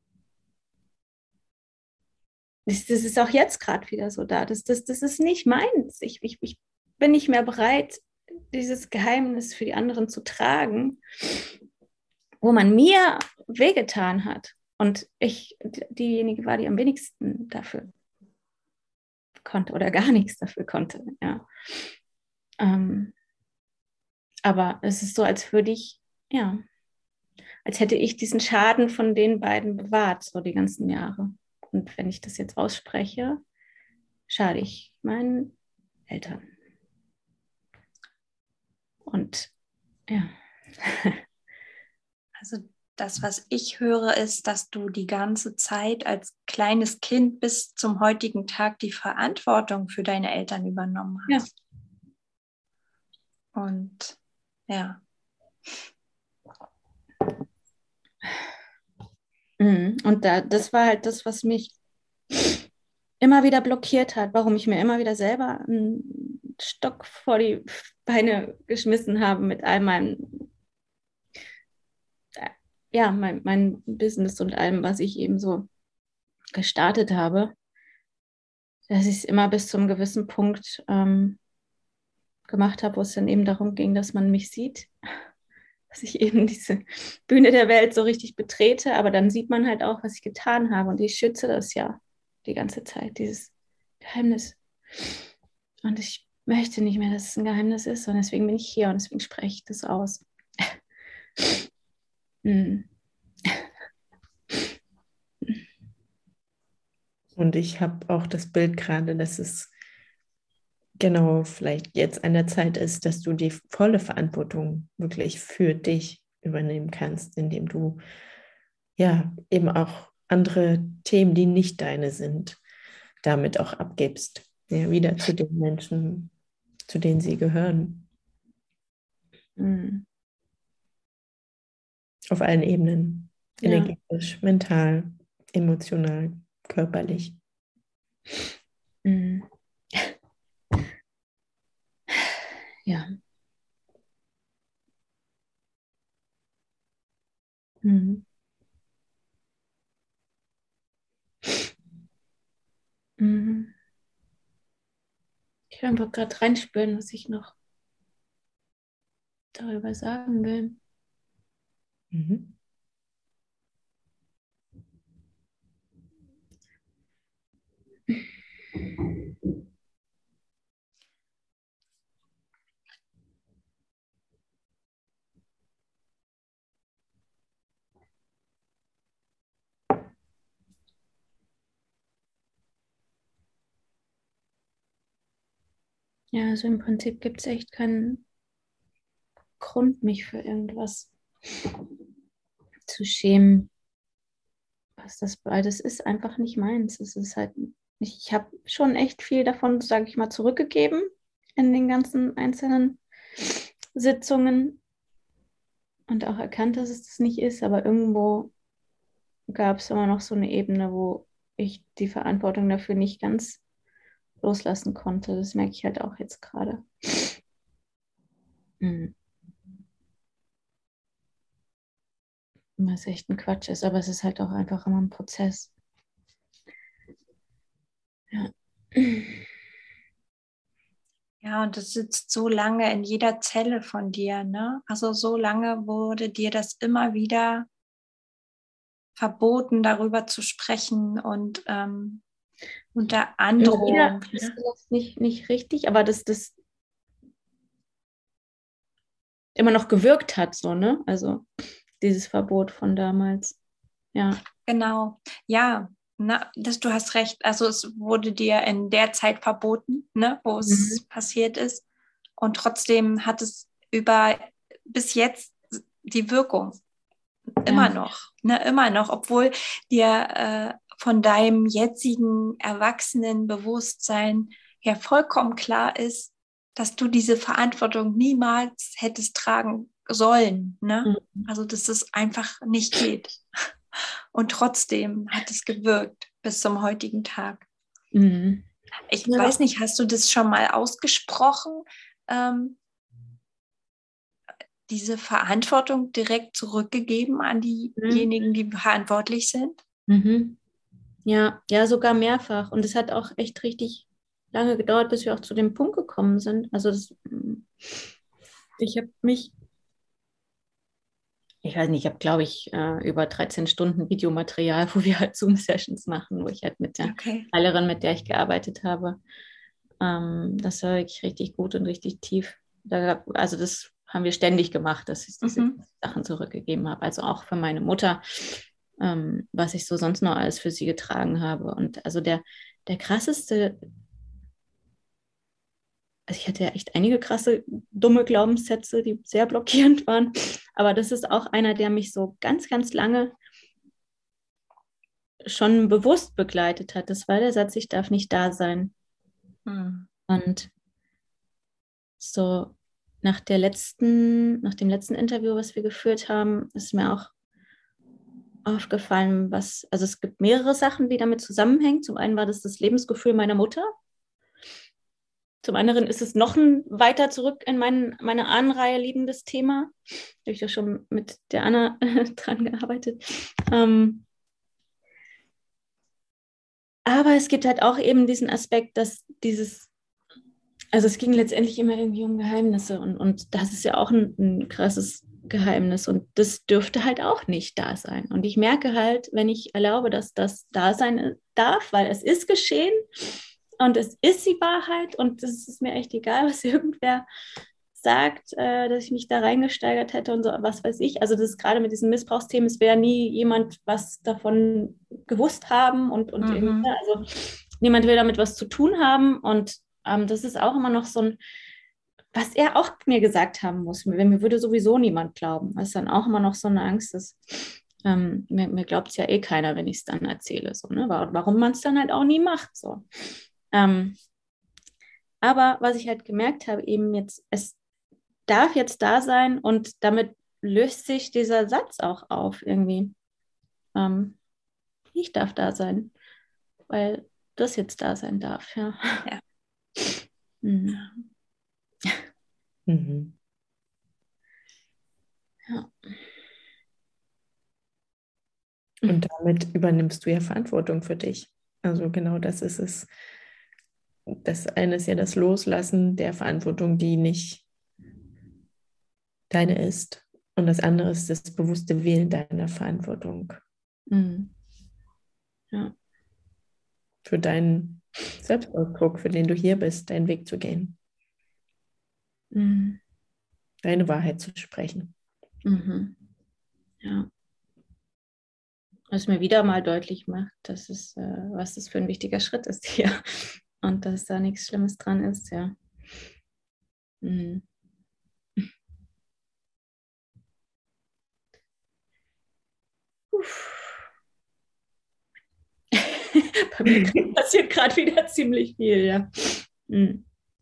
das, das ist auch jetzt gerade wieder so da, das, das, das ist nicht meins, ich, ich, ich bin nicht mehr bereit, dieses Geheimnis für die anderen zu tragen, wo man mir wehgetan hat und ich diejenige war, die am wenigsten dafür konnte oder gar nichts dafür konnte. Ja. Ähm, aber es ist so, als würde ich, ja, als hätte ich diesen Schaden von den beiden bewahrt, so die ganzen Jahre. Und wenn ich das jetzt ausspreche, schade ich meinen Eltern. Und ja. Also das, was ich höre, ist, dass du die ganze Zeit als kleines Kind bis zum heutigen Tag die Verantwortung für deine Eltern übernommen hast. Ja. Und ja. Und da, das war halt das, was mich immer wieder blockiert hat, warum ich mir immer wieder selber einen Stock vor die Beine geschmissen habe mit all meinem, ja, mein, mein Business und allem, was ich eben so gestartet habe, dass ich es immer bis zu einem gewissen Punkt ähm, gemacht habe, wo es dann eben darum ging, dass man mich sieht, dass ich eben diese Bühne der Welt so richtig betrete, aber dann sieht man halt auch, was ich getan habe und ich schütze das ja die ganze Zeit, dieses Geheimnis. Und ich möchte nicht mehr, dass es ein Geheimnis ist und deswegen bin ich hier und deswegen spreche ich das aus. hm. Und ich habe auch das Bild gerade, dass es genau vielleicht jetzt an der Zeit ist, dass du die volle Verantwortung wirklich für dich übernehmen kannst, indem du ja eben auch andere Themen, die nicht deine sind, damit auch abgibst. Ja, wieder zu den Menschen, zu denen sie gehören. Mhm. Auf allen Ebenen. Ja. Energetisch, mental, emotional, körperlich. Mhm. Ja. Mhm. Mhm. Ich will einfach gerade reinspüren, was ich noch darüber sagen will. Mhm. Ja, also im Prinzip gibt es echt keinen Grund, mich für irgendwas zu schämen. Was das beides ist, einfach nicht meins. Es ist halt, ich, ich habe schon echt viel davon, sage ich mal, zurückgegeben in den ganzen einzelnen Sitzungen und auch erkannt, dass es das nicht ist, aber irgendwo gab es immer noch so eine Ebene, wo ich die Verantwortung dafür nicht ganz loslassen konnte. Das merke ich halt auch jetzt gerade. Mhm. Was echt ein Quatsch ist, aber es ist halt auch einfach immer ein Prozess. Ja. Ja, und das sitzt so lange in jeder Zelle von dir, ne? Also so lange wurde dir das immer wieder verboten, darüber zu sprechen und ähm, unter Immer Androhung. wieder ist Ne? das nicht, nicht richtig, aber dass das immer noch gewirkt hat, so, ne? Also dieses Verbot von damals. Ja. Genau, ja, na, das, du hast recht. Also es wurde dir in der Zeit verboten, ne, wo es Mhm. passiert ist. Und trotzdem hat es über bis jetzt die Wirkung. Immer Ja. noch, ne, immer noch, obwohl dir äh, von deinem jetzigen Erwachsenenbewusstsein ja vollkommen klar ist, dass du diese Verantwortung niemals hättest tragen sollen, ne? Mhm. Also dass es einfach nicht geht. Und trotzdem hat es gewirkt bis zum heutigen Tag. Mhm. Ich Ja. weiß nicht, hast du das schon mal ausgesprochen? Ähm, diese Verantwortung direkt zurückgegeben an Mhm. diejenigen, die verantwortlich sind? Mhm. Ja, ja, sogar mehrfach. Und es hat auch echt richtig lange gedauert, bis wir auch zu dem Punkt gekommen sind. Also das, ich habe mich, ich weiß nicht, ich habe, glaube ich, äh, über dreizehn Stunden Videomaterial, wo wir halt Zoom-Sessions machen, wo ich halt mit der Okay. Heilerin, mit der ich gearbeitet habe, ähm, das war wirklich richtig gut und richtig tief. Da gab, also das haben wir ständig gemacht, dass ich diese Mhm. Sachen zurückgegeben habe. Also auch für meine Mutter, ähm, was ich so sonst noch alles für sie getragen habe. Und also der, der krasseste, also ich hatte ja echt einige krasse, dumme Glaubenssätze, die sehr blockierend waren. Aber das ist auch einer, der mich so ganz, ganz lange schon bewusst begleitet hat. Das war der Satz, ich darf nicht da sein. Mhm. Und so nach der letzten, nach dem letzten Interview, was wir geführt haben, ist mir auch aufgefallen, was, also es gibt mehrere Sachen, die damit zusammenhängen. Zum einen war das das Lebensgefühl meiner Mutter. Zum anderen ist es noch ein weiter zurück in mein, meine Ahnenreihe liegendes Thema. Da habe ich ja schon mit der Anna dran gearbeitet. Ähm, aber es gibt halt auch eben diesen Aspekt, dass dieses, also es ging letztendlich immer irgendwie um Geheimnisse und, und das ist ja auch ein, ein krasses Geheimnis und das dürfte halt auch nicht da sein. Und ich merke halt, wenn ich erlaube, dass das da sein darf, weil es ist geschehen und es ist die Wahrheit und es ist mir echt egal, was irgendwer sagt, äh, dass ich mich da reingesteigert hätte und so, was weiß ich. Also das ist gerade mit diesen Missbrauchsthemen, es wäre nie jemand was davon gewusst haben und, und irgendwie, Mhm. also niemand will damit was zu tun haben und ähm, das ist auch immer noch so ein, was er auch mir gesagt haben muss. Mir würde sowieso niemand glauben. Was dann auch immer noch so eine Angst ist. Ähm, mir mir glaubt es ja eh keiner, wenn ich es dann erzähle. So, ne? Warum man es dann halt auch nie macht. So. Ähm, aber was ich halt gemerkt habe, eben jetzt, es darf jetzt da sein und damit löst sich dieser Satz auch auf irgendwie. Ähm, ich darf da sein, weil das jetzt da sein darf. Ja. Ja. Mhm. Mhm. Ja. Und damit übernimmst du ja Verantwortung für dich. Also genau das ist es. Das eine ist ja das Loslassen der Verantwortung, die nicht deine ist. Und das andere ist das bewusste Wählen deiner Verantwortung Mhm. Ja. für deinen Selbstausdruck, für den du hier bist, deinen Weg zu gehen, Mhm. deine Wahrheit zu sprechen. Mhm. Ja. Was mir wieder mal deutlich macht, dass es, äh, was das für ein wichtiger Schritt ist hier und dass da nichts Schlimmes dran ist, ja. Mhm. Bei mir passiert gerade wieder ziemlich viel, ja. Mhm.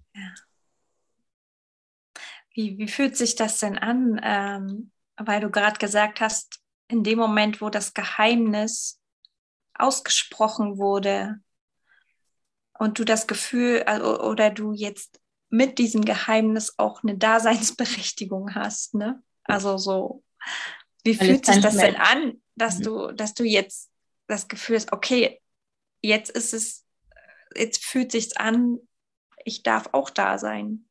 Wie, wie fühlt sich das denn an? Ähm, weil du gerade gesagt hast, in dem Moment, wo das Geheimnis ausgesprochen wurde und du das Gefühl, also, oder du jetzt mit diesem Geheimnis auch eine Daseinsberechtigung hast, ne? Also so, wie Weil es fühlt sich kein das denn Schmerz. an, dass Mhm. du, dass du jetzt das Gefühl hast, okay, jetzt ist es, jetzt fühlt sich's an, ich darf auch da sein.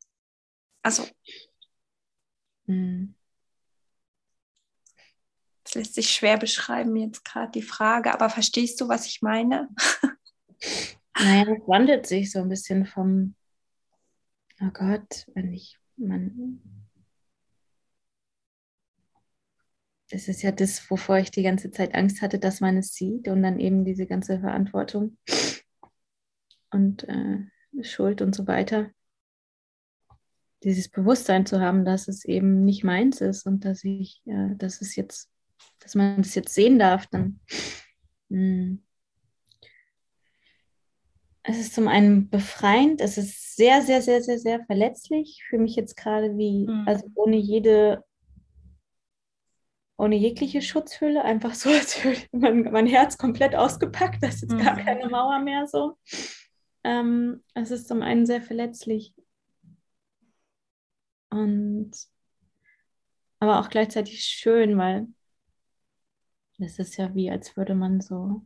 Also Mhm. lässt sich schwer beschreiben jetzt gerade die Frage, aber verstehst du, was ich meine? Naja, es wandelt sich so ein bisschen vom, oh Gott, wenn ich, man, das ist ja das, wovor ich die ganze Zeit Angst hatte, dass man es sieht und dann eben diese ganze Verantwortung und äh, Schuld und so weiter. Dieses Bewusstsein zu haben, dass es eben nicht meins ist und dass ich, äh, dass es jetzt, dass man es jetzt sehen darf, dann mh. Es ist zum einen befreiend, es ist sehr, sehr, sehr, sehr, sehr verletzlich. Ich fühle mich jetzt gerade wie, Mhm. also ohne jede, ohne jegliche Schutzhülle, einfach so, als würde mein, mein Herz komplett ausgepackt, da ist jetzt gar Mhm. keine Mauer mehr so. Ähm, es ist zum einen sehr verletzlich und aber auch gleichzeitig schön, weil es ist ja wie, als würde man so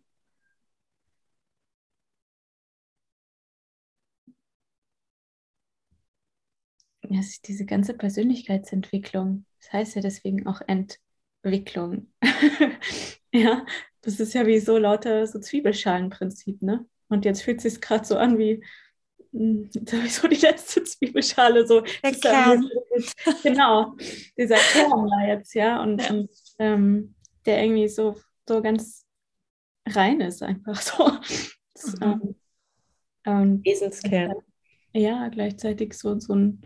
ja, es ist diese ganze Persönlichkeitsentwicklung. Das heißt ja deswegen auch Entwicklung. Ja, das ist ja wie so lauter so Zwiebelschalenprinzip, ne? Und jetzt fühlt es sich gerade so an wie, mh, jetzt habe ich so die letzte Zwiebelschale, so. Der ist da Kern. irgendwie- genau, dieser Kern da jetzt, ja, und, Ja. und ähm, der irgendwie so, so ganz rein ist, einfach so. Das, Mhm. ähm, ähm, Wesenskern. ja, gleichzeitig so, so ein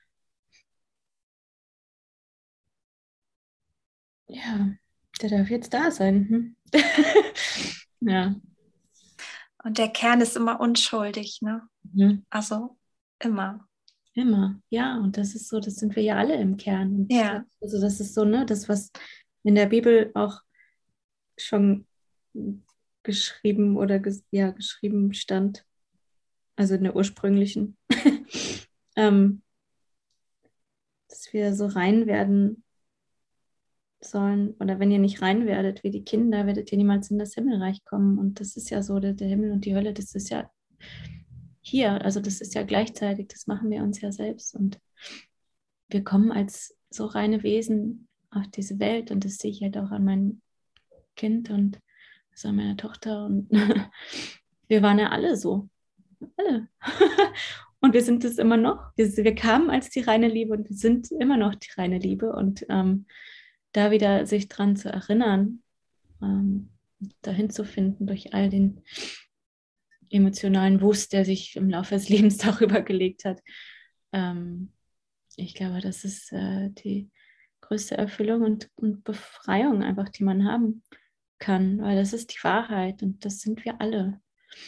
ja, der darf jetzt da sein. Hm? Ja. Und der Kern ist immer unschuldig, ne? Mhm. Also immer. Immer. Ja, und das ist so, das sind wir ja alle im Kern. Und ich Ja. glaube, also das ist so, ne, das, was in der Bibel auch schon geschrieben oder ges ja, geschrieben stand, also in der ursprünglichen, ähm, dass wir so rein werden sollen, oder wenn ihr nicht rein werdet wie die Kinder, werdet ihr niemals in das Himmelreich kommen. Und das ist ja so, der, der Himmel und die Hölle, das ist ja hier, also das ist ja gleichzeitig, das machen wir uns ja selbst. Und wir kommen als so reine Wesen auf diese Welt und das sehe ich halt auch an meinem Kind und also an meiner Tochter und wir waren ja alle so, alle. Und wir sind es immer noch. Wir, wir kamen als die reine Liebe und wir sind immer noch die reine Liebe und ähm, da wieder sich dran zu erinnern, ähm, dahin zu finden durch all den emotionalen Wust, der sich im Laufe des Lebens darüber gelegt hat. Ähm, ich glaube, das ist äh, die größte Erfüllung und, und Befreiung einfach, die man haben kann, weil das ist die Wahrheit und das sind wir alle.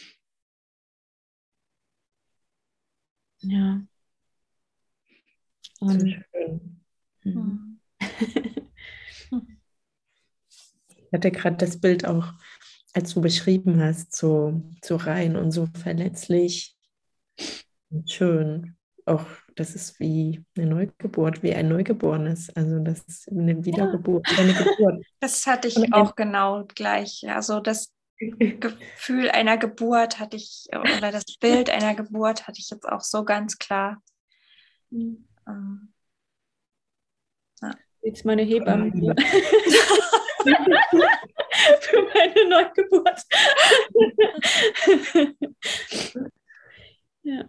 Ja. So Und schön. mhm. Ich hatte gerade das Bild auch, als du beschrieben hast, so, so rein und so verletzlich und schön. Auch das ist wie eine Neugeburt, wie ein Neugeborenes. Also das ist eine Wiedergeburt, oder eine Geburt. Das hatte ich Und auch genau gleich. Also das Gefühl einer Geburt hatte ich, oder das Bild einer Geburt hatte ich jetzt auch so ganz klar. Mhm. Ähm, ja. Jetzt meine Hebamme hier. Für meine Neugeburt. Ja.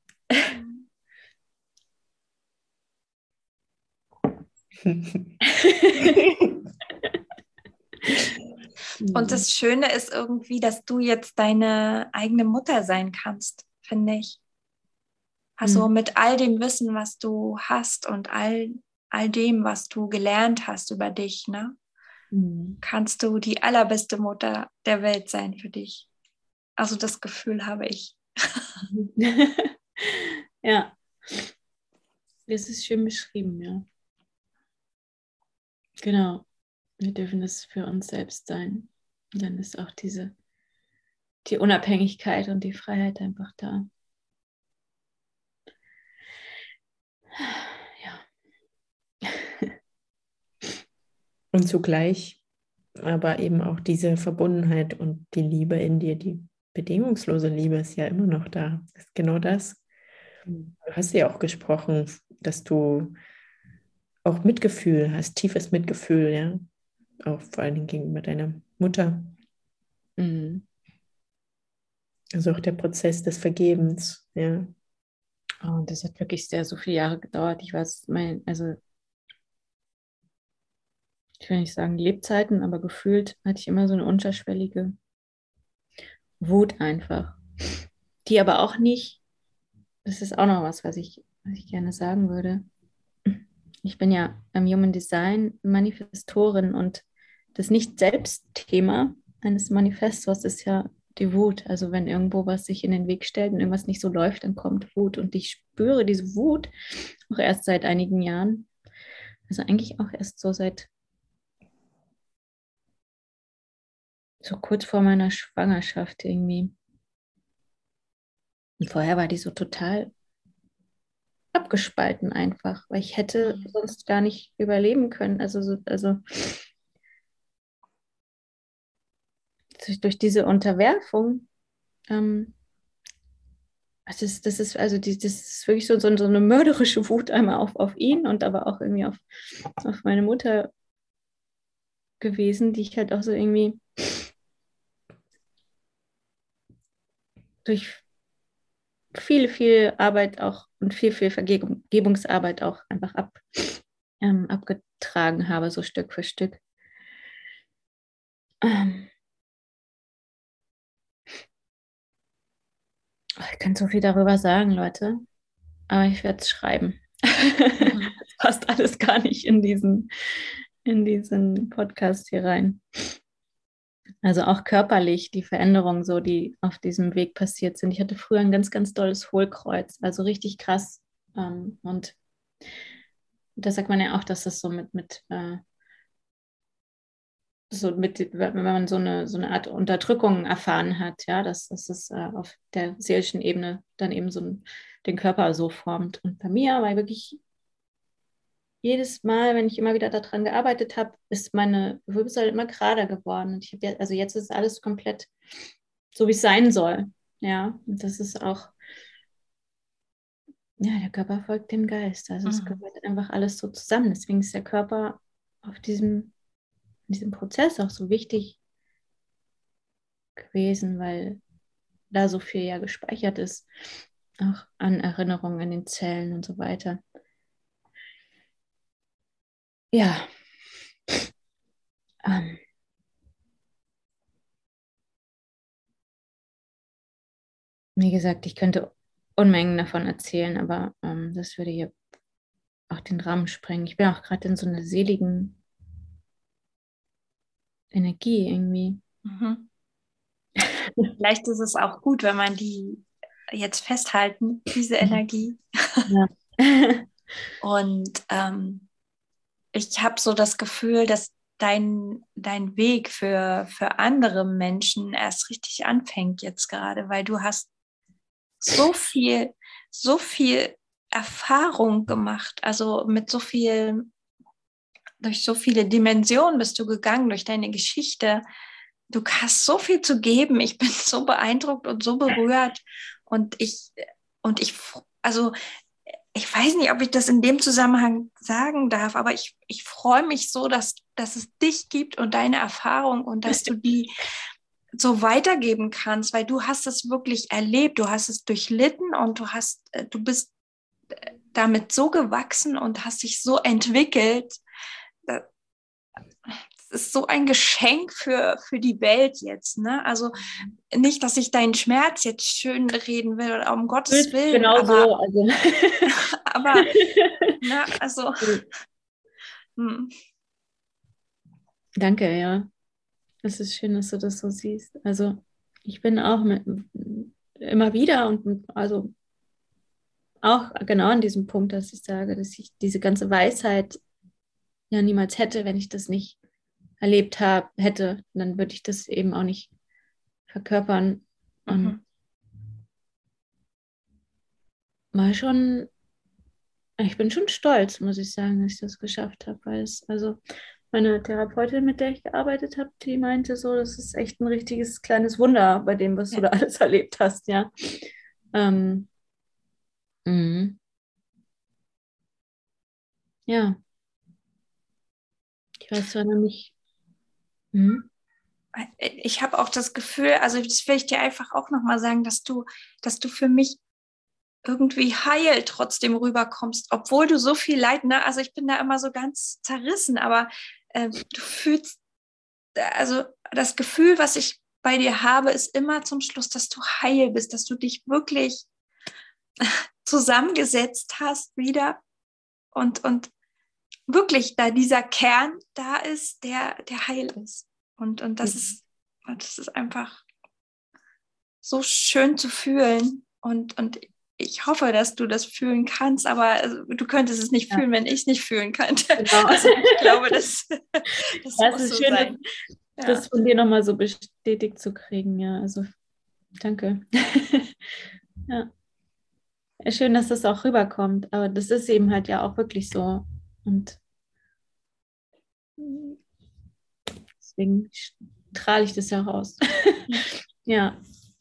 Und das Schöne ist irgendwie, dass du jetzt deine eigene Mutter sein kannst, finde ich. Also Mhm. mit all dem Wissen, was du hast und all, all dem, was du gelernt hast über dich, ne, Mhm. kannst du die allerbeste Mutter der Welt sein für dich. Also das Gefühl habe ich. Ja, das ist schön beschrieben, ja. Genau, wir dürfen es für uns selbst sein. Und dann ist auch diese, die Unabhängigkeit und die Freiheit einfach da. Ja. Und zugleich aber eben auch diese Verbundenheit und die Liebe in dir, die bedingungslose Liebe ist ja immer noch da. Das ist genau das. Mhm. Du hast ja auch gesprochen, dass du auch Mitgefühl hast, tiefes Mitgefühl, ja. auch vor allen Dingen gegenüber deiner Mutter. Mhm. Also auch der Prozess des Vergebens, ja. Oh, das hat wirklich sehr so viele Jahre gedauert. Ich weiß, mein, also ich will nicht sagen Lebzeiten, aber gefühlt hatte ich immer so eine unterschwellige Wut einfach. Die aber auch nicht, das ist auch noch was, was ich, was ich gerne sagen würde. Ich bin ja im Human Design Manifestorin und das Nicht-Selbst-Thema eines Manifestors ist ja die Wut. Also wenn irgendwo was sich in den Weg stellt und irgendwas nicht so läuft, dann kommt Wut. Und ich spüre diese Wut auch erst seit einigen Jahren. Also eigentlich auch erst so seit so kurz vor meiner Schwangerschaft irgendwie. Und vorher war die so total abgespalten einfach, weil ich hätte Mhm. sonst gar nicht überleben können. Also, so, also durch, durch diese Unterwerfung, ähm, das ist, das ist, also die, das ist wirklich so, so, so eine mörderische Wut einmal auf, auf ihn und aber auch irgendwie auf, auf meine Mutter gewesen, die ich halt auch so irgendwie durch viel, viel Arbeit auch und viel, viel Vergebungsarbeit auch einfach ab, ähm, abgetragen habe, so Stück für Stück. Ähm, ich kann so viel darüber sagen, Leute, aber ich werde es schreiben. Mhm. Das passt alles gar nicht in diesen, in diesen Podcast hier rein. Also auch körperlich die Veränderungen, so die auf diesem Weg passiert sind. Ich hatte früher ein ganz, ganz dolles Hohlkreuz, also richtig krass. Ähm, und da sagt man ja auch, dass das so mit, mit äh, so mit, wenn man so eine, so eine Art Unterdrückung erfahren hat, ja, dass, dass es äh, auf der seelischen Ebene dann eben so ein, den Körper so formt. Und bei mir war wirklich jedes Mal, wenn ich immer wieder daran gearbeitet habe, ist meine Wirbelsäule immer gerader geworden. Und ich habe ja, also jetzt ist alles komplett so, wie es sein soll. Ja, und das ist auch, ja, der Körper folgt dem Geist. Also es Mhm. gehört einfach alles so zusammen. Deswegen ist der Körper auf diesem, in diesem Prozess auch so wichtig gewesen, weil da so viel ja gespeichert ist, auch an Erinnerungen in den Zellen und so weiter. Ja, ähm, wie gesagt, ich könnte Unmengen davon erzählen, aber ähm, das würde hier auch den Rahmen sprengen. Ich bin auch gerade in so einer seligen Energie irgendwie. Mhm. Vielleicht ist es auch gut, wenn man die jetzt festhalten, diese Energie. Ja. Und ähm, ich habe so das Gefühl, dass dein, dein Weg für, für andere Menschen erst richtig anfängt jetzt gerade, weil du hast so viel, so viel Erfahrung gemacht, also mit so viel, durch so viele Dimensionen bist du gegangen, durch deine Geschichte. Du hast so viel zu geben. Ich bin so beeindruckt und so berührt. Und ich, und ich, also ich weiß nicht, ob ich das in dem Zusammenhang sagen darf, aber ich, ich freue mich so, dass, dass es dich gibt und deine Erfahrung und dass du die so weitergeben kannst, weil du hast es wirklich erlebt, du hast es durchlitten und du hast, du bist damit so gewachsen und hast dich so entwickelt. Das ist so ein Geschenk für, für die Welt jetzt, ne? Also nicht, dass ich deinen Schmerz jetzt schön reden will oder um Gottes Willen, Genau aber, so. Also. aber, ne, also, hm. Danke, ja. Es ist schön, dass du das so siehst. Also ich bin auch mit, immer wieder und also auch genau an diesem Punkt, dass ich sage, dass ich diese ganze Weisheit ja niemals hätte, wenn ich das nicht erlebt habe, hätte, dann würde ich das eben auch nicht verkörpern. Und Mhm. war schon, ich bin schon stolz, muss ich sagen, dass ich das geschafft habe, weil es, also meine Therapeutin, mit der ich gearbeitet habe, die meinte so, das ist echt ein richtiges kleines Wunder bei dem, was du Ja. da alles erlebt hast, ja. Ähm, mhm. Ja, ich weiß zwar noch nicht, Mhm. Ich habe auch das Gefühl, also das will ich dir einfach auch nochmal sagen, dass du, dass du für mich irgendwie heil trotzdem rüberkommst, obwohl du so viel Leid, ne? Also ich bin da immer so ganz zerrissen, aber äh, du fühlst, also das Gefühl, was ich bei dir habe, ist immer zum Schluss, dass du heil bist, dass du dich wirklich zusammengesetzt hast wieder und, und wirklich da dieser Kern da ist, der, der heil ist. Und, und das, mhm. ist, das ist einfach so schön zu fühlen. Und, und ich hoffe, dass du das fühlen kannst, aber du könntest es nicht ja. fühlen, wenn ich es nicht fühlen könnte. Genau. Also ich glaube, das, das ja, muss es ist so schön, sein. Das, ja. das von dir nochmal so bestätigt zu kriegen. Ja, also danke. Ja. Schön, dass das auch rüberkommt, aber das ist eben halt ja auch wirklich so. Und deswegen strahle ich das ja raus. Ja.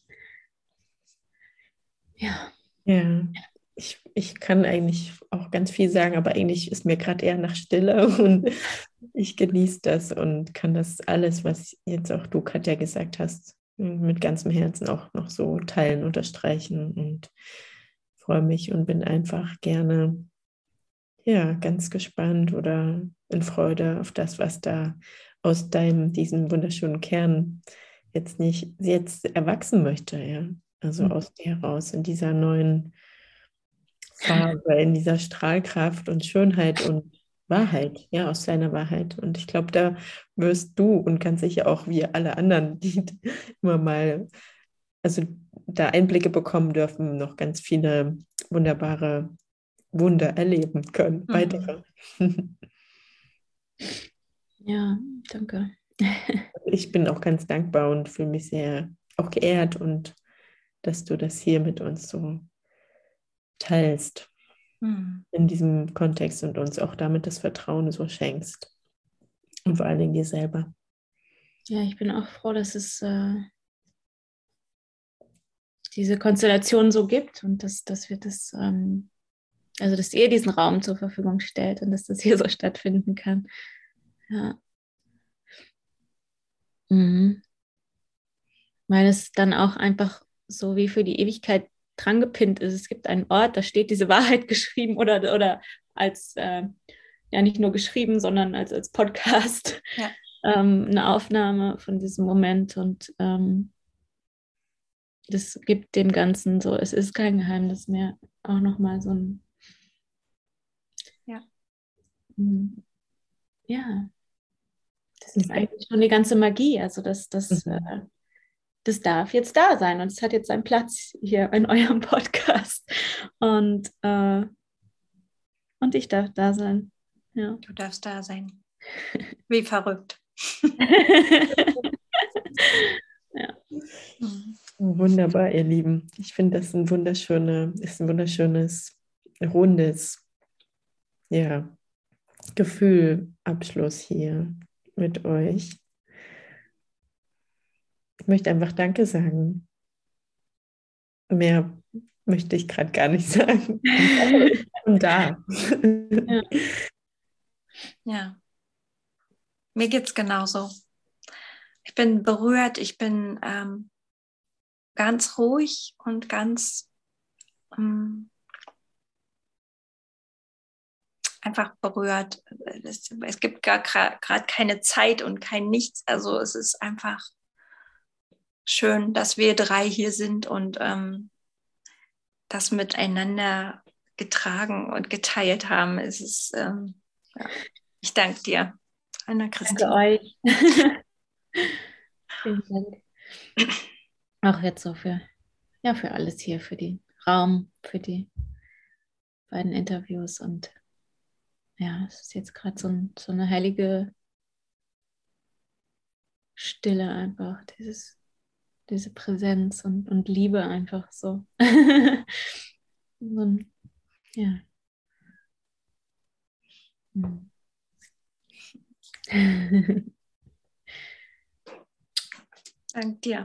Ja. Ja, ich, ich kann eigentlich auch ganz viel sagen, aber eigentlich ist mir gerade eher nach Stille und ich genieße das und kann das alles, was jetzt auch du, Katja, gesagt hast, mit ganzem Herzen auch noch so teilen, unterstreichen und freue mich und bin einfach gerne, ja, ganz gespannt oder in Freude auf das, was da aus deinem, diesem wunderschönen Kern jetzt nicht, jetzt erwachsen möchte, ja. Also mhm. aus dir heraus, in dieser neuen Farbe, in dieser Strahlkraft und Schönheit und Wahrheit, ja, aus deiner Wahrheit. Und ich glaube, da wirst du und ganz sicher auch wir alle anderen, die immer mal, also da Einblicke bekommen dürfen, noch ganz viele wunderbare Wunder erleben können, mhm. weitere. Ja, danke. Ich bin auch ganz dankbar und fühle mich sehr auch geehrt und dass du das hier mit uns so teilst mhm. in diesem Kontext und uns auch damit das Vertrauen so schenkst und vor allen Dingen dir selber. Ja, ich bin auch froh, dass es äh, diese Konstellation so gibt und dass, dass wir das, ähm, also dass ihr diesen Raum zur Verfügung stellt und dass das hier so stattfinden kann. Ja. Mhm. Weil es dann auch einfach so wie für die Ewigkeit dran gepinnt ist. Es gibt einen Ort, da steht diese Wahrheit geschrieben oder, oder als, äh, ja nicht nur geschrieben, sondern als, als Podcast, ja. ähm, eine Aufnahme von diesem Moment und ähm, das gibt dem Ganzen so, es ist kein Geheimnis mehr, auch nochmal so ein, ja, ja, das ist eigentlich schon die ganze Magie, also das, das, mhm. äh, das darf jetzt da sein und es hat jetzt seinen Platz hier in eurem Podcast und, äh, und ich darf da sein. Ja. Du darfst da sein. Wie verrückt. Ja. Wunderbar, ihr Lieben. Ich finde, das ein wunderschöne, ist ein wunderschönes, rundes, ja, Gefühlabschluss hier mit euch. Ich möchte einfach Danke sagen. Mehr möchte ich gerade gar nicht sagen. Und da. Ja. Ja. Mir geht es genauso. Ich bin berührt, ich bin ähm, ganz ruhig und ganz ähm, einfach berührt. Es, es gibt gar gerade keine Zeit und kein Nichts. Also es ist einfach schön, dass wir drei hier sind und ähm, das miteinander getragen und geteilt haben. Es ist, ähm, ja. Ich danke dir, Anna-Christine. Danke euch. Vielen Dank. Auch jetzt so für, ja, für alles hier, für den Raum, für die beiden Interviews und ja, es ist jetzt gerade so, ein, so eine heilige Stille einfach, dieses, diese Präsenz und, und Liebe einfach so. So ein, ja. Hm. Danke dir.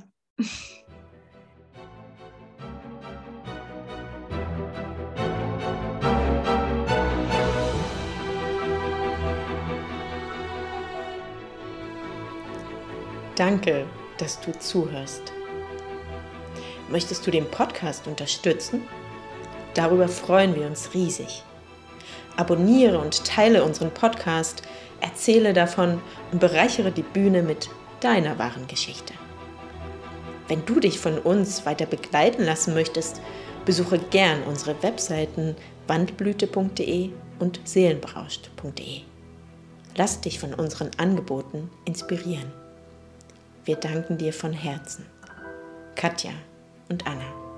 Danke, dass du zuhörst. Möchtest du den Podcast unterstützen? Darüber freuen wir uns riesig. Abonniere und teile unseren Podcast, erzähle davon und bereichere die Bühne mit deiner wahren Geschichte. Wenn du dich von uns weiter begleiten lassen möchtest, besuche gern unsere Webseiten wandblüte punkt de und seelenberauscht punkt de. Lass dich von unseren Angeboten inspirieren. Wir danken dir von Herzen. Katja und Anna.